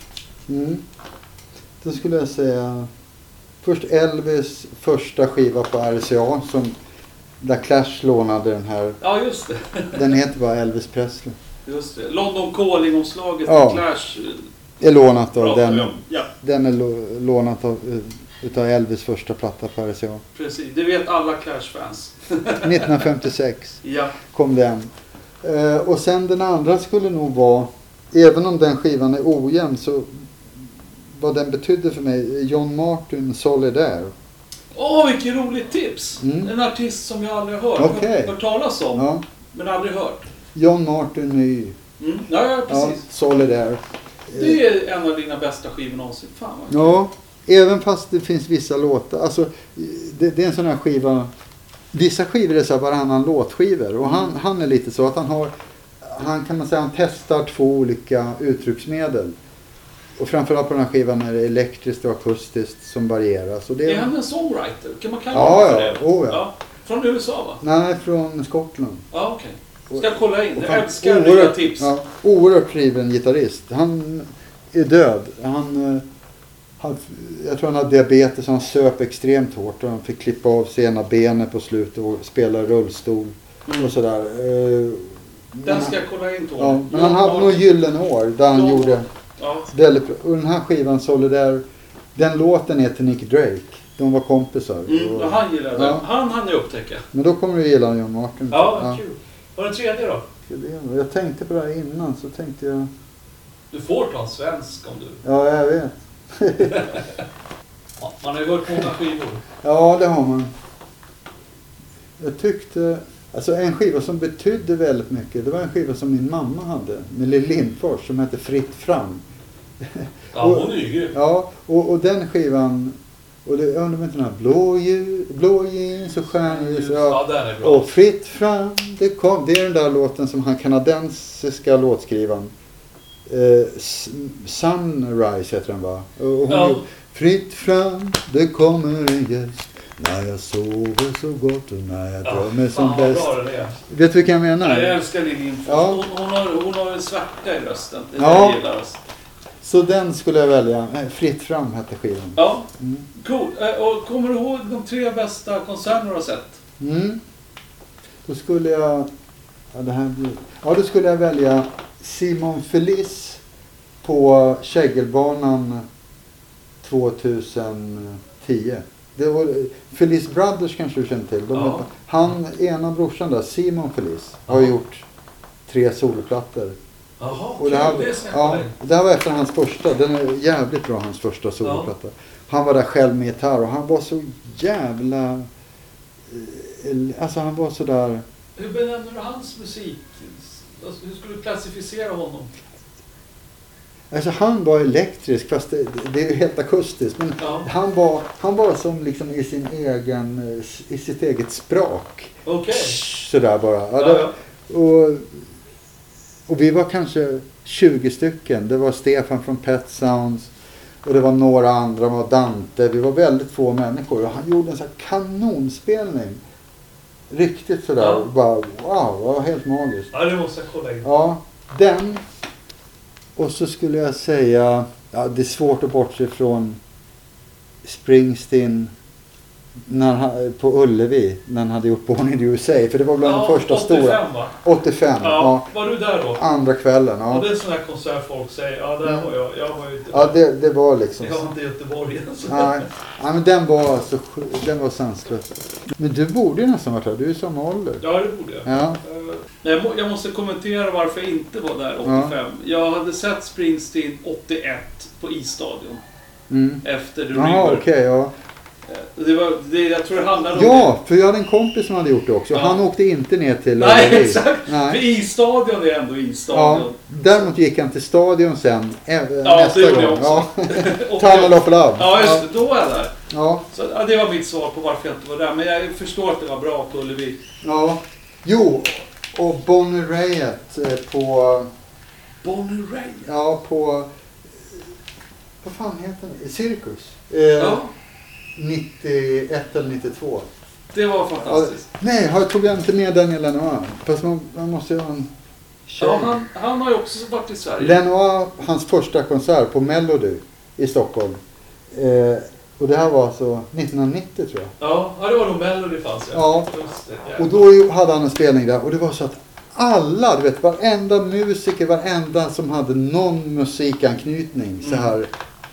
Mm. Då skulle jag säga först Elvis första skiva på R C A som där Clash lånade den här. Ja, just det. Den heter bara Elvis Presley. Just det. London Calling-omslaget ja. till Clash. Är lånat av den. Ja. Den är lo, lånat av utav Elvis första platta på R C A. Precis, det vet alla Clash-fans. nittonhundrafemtiosex ja. kom den. Uh, och sen den andra skulle nog vara, även om den skivan är ojämn, så vad den betydde för mig, John Martin Solidaire. Åh, oh, vilket roligt tips! Mm. En artist som jag aldrig har hört. Okay. hört talas om, ja. men aldrig hört. John Martin ny. Mm. Ja, ja, precis. Ja, Solidaire. Det är en av dina bästa skivor någonsin. Fan vad ja, även fast det finns vissa låtar. Alltså, det, det är en sån här skiva. Vissa skivor är så här varannan låtskivor. Och han, han är lite så att han har, han kan man säga, han testar två olika uttrycksmedel. Och framförallt på den här skivan är det elektriskt och akustiskt som varierar. Så det är, är han en songwriter? Kan man kalla ja, honom för ja. det? Oh, ja. ja. Från U S A, va? Nej, från Skottland. Ja, okej. Okay. Ska jag kolla in? Jag älskar oerhört, nya tips. Ja, oerhört driven gitarrist. Han är död. Han, han, jag tror han har diabetes, han söp extremt hårt. Och han fick klippa av sig ena benet på slutet och spela rullstol. Mm. Och sådär. Den ska jag kolla in på. Ja, men han hade nog gyllene år där han ja. gjorde ja. väldigt bra. Och den här skivan Solidaire, den låten är till Nick Drake. De var kompisar. Mm, och han gillade den. Ja. Han hann jag upptäcka. Men då kommer du gilla John Martin. Ja, ja. Kul. Och den tredje då? Jag tänkte på det här innan, så tänkte jag... Du får ta en svensk om du... Ja, jag vet. ja, man har ju hört många skivor. Ja, det har man. Jag tyckte... Alltså en skiva som betydde väldigt mycket, det var en skiva som min mamma hade med Lill Lindfors som hette Fritt fram. Ja, hon är ju grym. Ja, och, och den skivan... Och det, jag undrar inte den här blå, ljus, blå jeans och stjärnljus. Ja, ja, den är bra. Och Fritt fram, det kom. Det är den där låten som han kanadensiska låtskrivaren eh, Sunrise heter den, va? Och hon ja. gjorde, Fritt fram, det kommer en gäst. När jag sover så gott och när jag drömmer ja, som bäst. Vet du vilka jag menar? Ja, jag älskar Lill Lindfors. Ja. Hon, hon, har, hon har en svärta i rösten. Det ja. jag gillar oss. Så den skulle jag välja. Fritt fram hette skivan. Ja, mm. Cool. Och kommer du ihåg de tre bästa konserterna du har sett? Mm. Då skulle jag... Ja, det här blir, ja, då skulle jag välja Simon Feliz på Kägelbanan tjugohundratio. Det var Feliz Brothers, kanske du känner till. De ja. är, han, ena brorsan där, Simon Feliz, har ja. gjort tre soloplattor. Jaha, och det här, det, ja, det här var efter hans första. Den är jävligt bra, hans första soloplatta. Ja. Han var där själv med gitarr och han var så jävla... Alltså han var så där... Hur benämner du hans musik? Alltså, hur skulle du klassificera honom? Alltså han var elektrisk, fast det, det är ju helt akustiskt. Men ja. han, var, han var som liksom i sin egen, i sitt eget språk. Okej. Okay. Sådär bara. Ja, ja, det, ja. Och, och vi var kanske tjugo stycken. Det var Stefan från Pet Sounds. Och det var några andra, det var Dante. Vi var väldigt få människor. Och han gjorde en sån här kanonspelning. Riktigt sådär. Ja. Bara, wow, det var helt magiskt. Ja, det måste jag kolla in. Ja, den. Och så skulle jag säga, ja, det är svårt att bortse från Springsteen när han, på Ullevi när han hade gjort Born in the U S A, för det var bland ja, de första åttiofem, stora. Va? åttiofem, ja, ja. Var du där då? Andra kvällen, ja. Och det är sån här konsert folk säger, ja där var jag, jag var ju inte. Ja, det, det var liksom. Jag var inte i Göteborg. Alltså. Nej, ja, men den var så, den var sanslös. Men du borde ju nästan varit här, du är samma ålder. Ja, det borde jag. Ja. Jag, må, jag måste kommentera varför jag inte var där åttiofem. Ja. Jag hade sett Springsteen åttioett på Isstadion. Mm. Efter The River. Jaha, okej, okay, ja. Det var, det, jag tror det handlade om ja, det. för jag hade en kompis som hade gjort det också. Ja. Han åkte inte ner till... Nej, exakt. Nej. För Isstadion är ändå Isstadion. Ja, däremot gick han till stadion sen. Äh, ja, nästa det gång. Jag också. Ja. Tunnel of Love. Ja, just det. Då var jag där. Ja. Så, ja, det var mitt svar på varför jag inte var där. Men jag förstår att det var bra på Ullevi. Ja. Jo, och Bonnie Raitt på... Bonnie Raitt? Ja, på... Vad fan heter det? Cirkus. Eh, ja. nittioett eller nittiotvå. Det var fantastiskt. Ja, nej, jag tog jag inte med Daniel Lanois. Fast man, man måste ju ha en tjej. Ja, han, han har ju också varit i Sverige. Den var hans första konsert på Melody i Stockholm. Eh, och det här var alltså nittonhundranittio tror jag. Ja, ja det var nog Melody fanns jag. Ja. Just det, och då hade han en spelning där och det var så att alla, du vet, varenda musiker, varenda som hade någon musikanknytning mm. så här.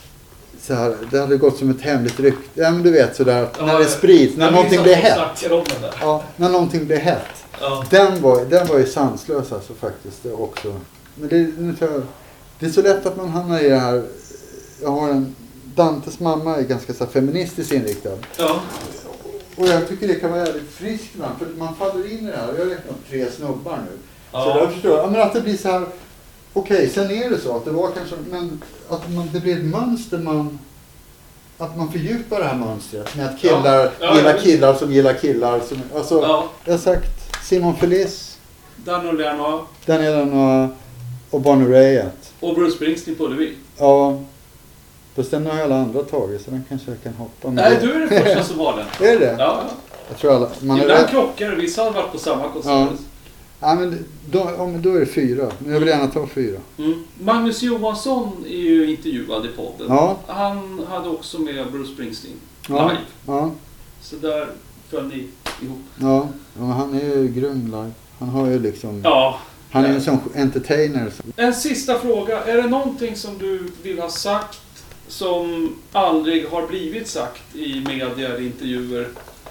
Så här, det hade gått som ett hemligt rykte. Ja, men du vet sådär att ja, när det sprids, när någonting blir hett. Ja, när någonting blir hett. Ja. Den var den var ju sanslös alltså faktiskt det också. Men det, nu tror jag, det är så lätt att man hamnar i det här. Jag har en Dantes mamma är ganska så här feministiskt inriktad. Ja. Och jag tycker det kan vara jävligt friskt ibland, för man faller in i det här. Jag räknar upp tre snubbar nu. Ja. Så jag förstår jag. Men att det blir så här. Okej, okay, sen är det så att det var kanske, men att man, det blir ett mönster man, att man fördjupar det här mönstret med att killar ja. Ja, gillar ja, killar som gillar killar. Som, alltså, ja. Jag har sagt Simon Feliz, Daniel Lenoir, Daniel Lenoir och Bonnie Raitt. Och Bruce Springsteen på Ullevi. Ja, fast den har alla andra tagit så den kanske jag kan hoppa med. Nej, du är den första som har den. Är det? Ja. Jag tror alla, man ibland är krockar, vissa har varit på samma konsert. Ja. Ja, men då, ja, men då är det fyra. Men jag vill gärna ta fyra. Mm. Magnus Johansson är ju intervjuad i podden. Ja. Han hade också med Bruce Springsteen. Ja. Ja. Så där föll ni ihop. Ja, ja han är ju grym live. Han har ju liksom... Ja. Han är ju en sån entertainer. En sista fråga. Är det någonting som du vill ha sagt som aldrig har blivit sagt i media eller intervjuer?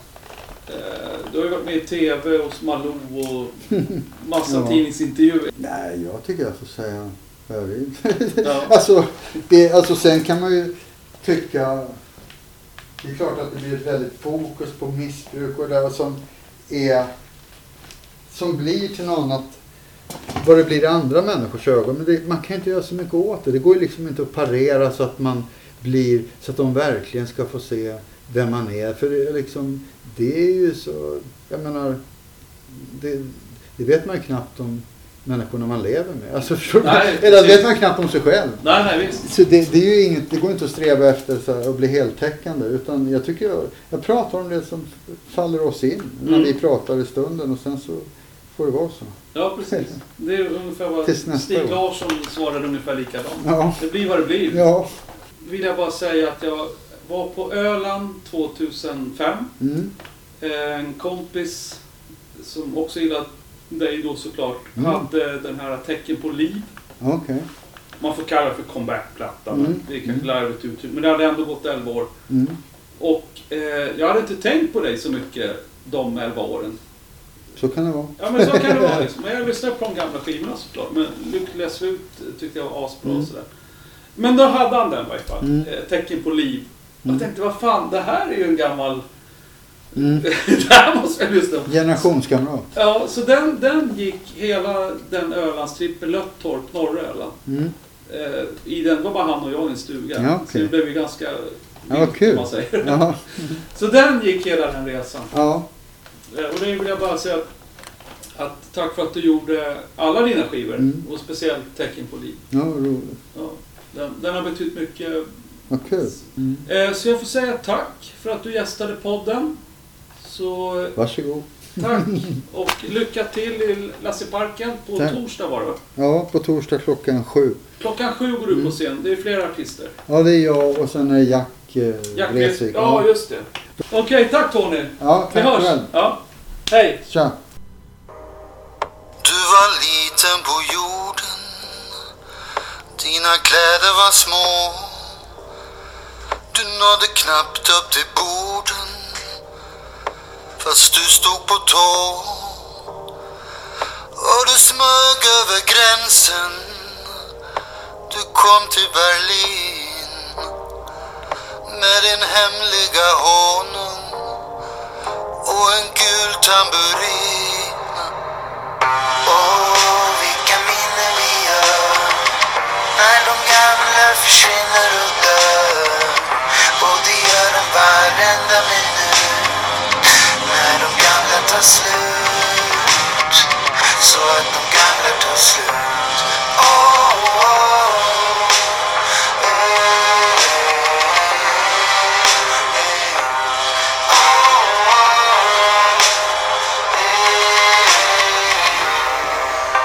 Du har ju varit med i tv hos Malou och massa ja. tidningsintervjuer. Nej, jag tycker jag får säga vad jag vill. Ja. alltså, det, alltså sen kan man ju tycka, det är klart att det blir ett väldigt fokus på missbruk och det som är, som blir till någon att vad det blir i andra människors ögon. Men det, man kan inte göra så mycket åt det. Det går ju liksom inte att parera så att man blir, så att de verkligen ska få se vem man är. För det är liksom, det är ju så, jag menar, det, det vet man ju knappt om människorna man lever med. Alltså, nej, eller det vet man knappt om sig själv. Nej, nej, visst. Så det, det är ju inget, det går inte att sträva efter så här, att bli heltäckande. Utan jag tycker jag, jag pratar om det som faller oss in när mm. vi pratar i stunden och sen så får det vara så. Ja, precis. Det är ungefär vad Stig Larsson svarade ungefär likadant. Ja. Det blir vad det blir. Ja. Vill jag bara säga att jag var på Öland tjugohundrafem. Mm. En kompis som också gillade dig då såklart mm. hade den här Tecken på liv. Okay. Man får kalla det för comeback-platta. Mm. Det är kanske larvigt uttryck. Men det hade ändå gått elva år. Mm. Och eh, jag hade inte tänkt på dig så mycket de elva åren. Så kan det vara. Ja, men så kan det vara. Liksom. Men jag lyssnade på de gamla skivorna såklart. Men Lyckliga slut tyckte jag var asbra mm. och sådär. Men då hade han den i varje fall. Mm. Tecken på liv. Mm. Jag tänkte, vad fan, det här är ju en gammal... Mm. det här måste jag lyssna på. Generationskamrat. Ja, så den, den gick hela den Ölandstrippen, Löttorp, norra Öland. Mm. Eh, I den var bara han och jag i en stuga. Ja, okay. Så det blev ju ganska... Ja, vad kul. Man säger. Ja. Så den gick hela den resan. Ja. Eh, och det vill jag bara säga att, att tack för att du gjorde alla dina skivor. Mm. Och speciellt Tecken på liv. Ja, roligt. Ja, den, den har betytt mycket. Vad kul. Mm. Eh, så jag får säga tack för att du gästade podden. Så, varsågod. Tack. Och lycka till i Lasseparken på tack. Torsdag var det. Ja, på torsdag klockan sju. Klockan sju går du mm. på scen. Det är flera artister. Ja, det är jag och sen är Jack eh, Jack Resvik. Ja, just det. Okej, okay, tack Tony. Ja, tack. Vi hörs. Själv. Ja. Hej. Tja. Du var liten på jorden. Dina kläder var små. Du nådde knappt upp till borden. Fast du stod på tå. Och du smög över gränsen. Du kom till Berlin. Med din hemliga honung. Och en gul tamburin. Åh, vilka minnen vi har. När de gamla försvinner och dör. Och det gör en varenda minut. När de gamla tar slut. Så att de gamla tar slut. Oh, oh, eh, eh, oh, oh, eh.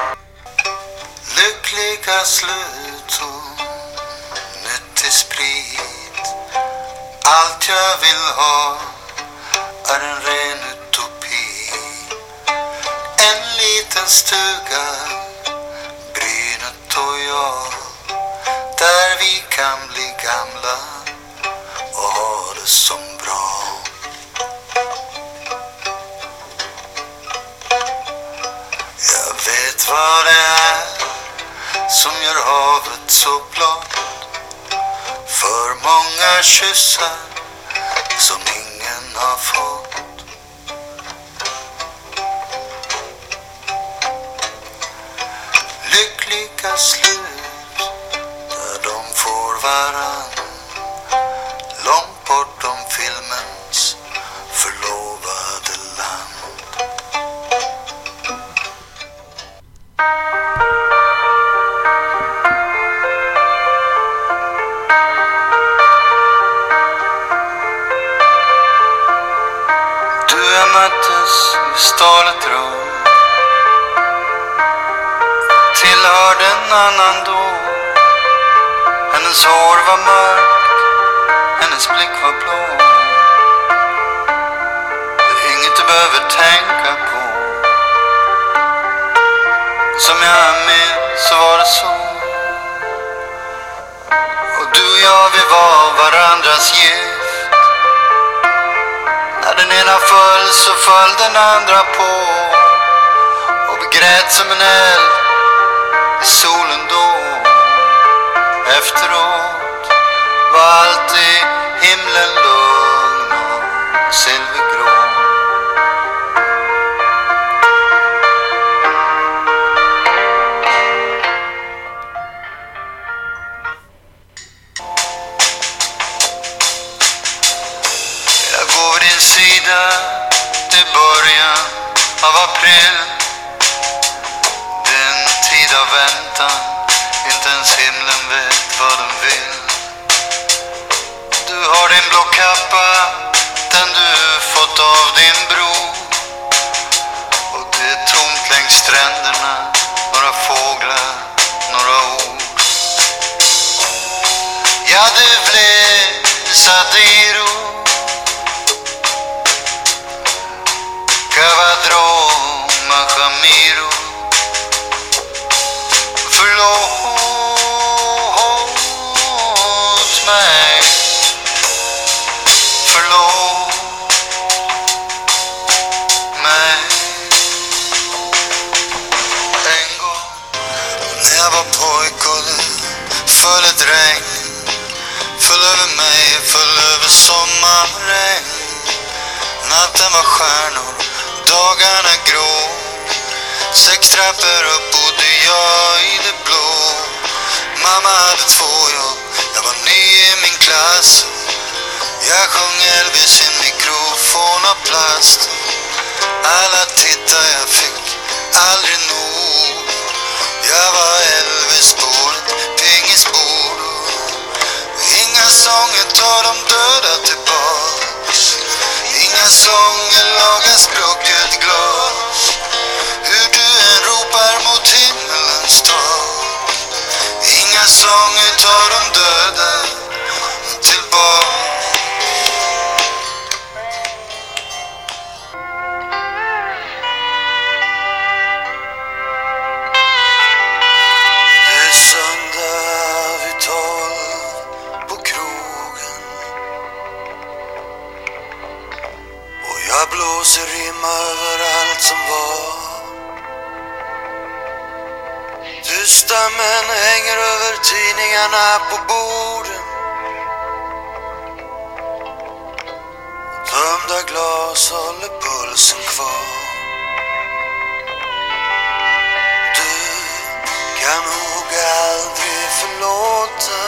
lyckliga slut och nyttig sprit. Allt jag vill ha är en ren utopi. En liten stuga, Brynet och jag, där vi kan bli gamla och ha det som bra. Jag vet vad det är som gör havet så blått. För många kyssar som ingen har fått. Lyckliga slut där de får varann. Långt bortom filmens förlovade land. Du och möttes i stalet rum. Tillhörde en annan då. Hennes hår var mörkt, hennes blick var blå. Det är inget du behöver tänka på. Som jag minns så var det så. Och du och jag, vi var varandras gift. När den ena föll så föll den andra på. Och vi grät som en eld i solen då. Efteråt var alltid himlen lugn och silvergrå. Jag går vid din sida till början av april. Den tid av väntan, inte ens himlen vet vad den vill. Du har din blå kappa, den du fått av din bror. Och det är tomt längs stränderna, några fåglar, några ord. Ja, du blev satt i ro. Cavadroma Jamiro. Förlåt mig. Förlåt mig. En gång när jag var pojk och det föll ett regn. Föll över mig, föll över sommarregn. Natten var stjärnor, dagarna grå. Sex trappor upp bodde jag i det blå. Mamma hade två jobb, jag var ny i min klass. Jag sjöng Elvis i mikrofon av plast. Alla tittar, jag fick aldrig nog. Jag var Elvis på ett pingisbord. Inga sånger tar de döda tillbaks. Inga sånger lagar språket glas. Hur du än ropar mot himmelens tak. Inga sånger tar de döda tillbaka. Det är söndag vid tolv på krogen. Och jag blåser rim över allt som var. Tysta män hänger över tidningarna på borden. Tömda glas håller pulsen kvar. Du kan nog aldrig förlåta.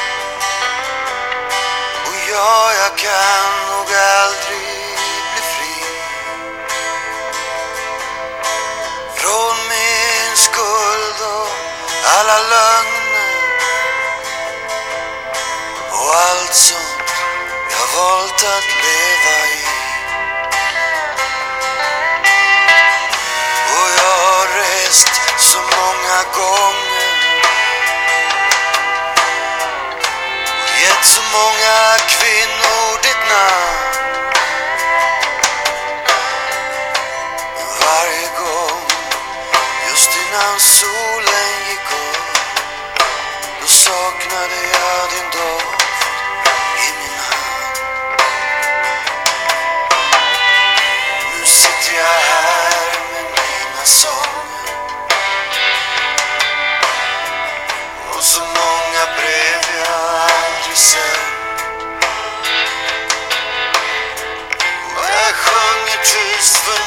Och ja, jag kan nog aldrig bli fri från min skuld och alla lögner och allt som jag valt att leva i. Och jag har rest så många gånger många kvinnor ditt namn. Varje gång, just innan solen gick upp, då saknade jag din doft i min hand. Nu sitter jag här med mina sånger och så många brev jag aldrig sänt. Och jag sjunger tyst för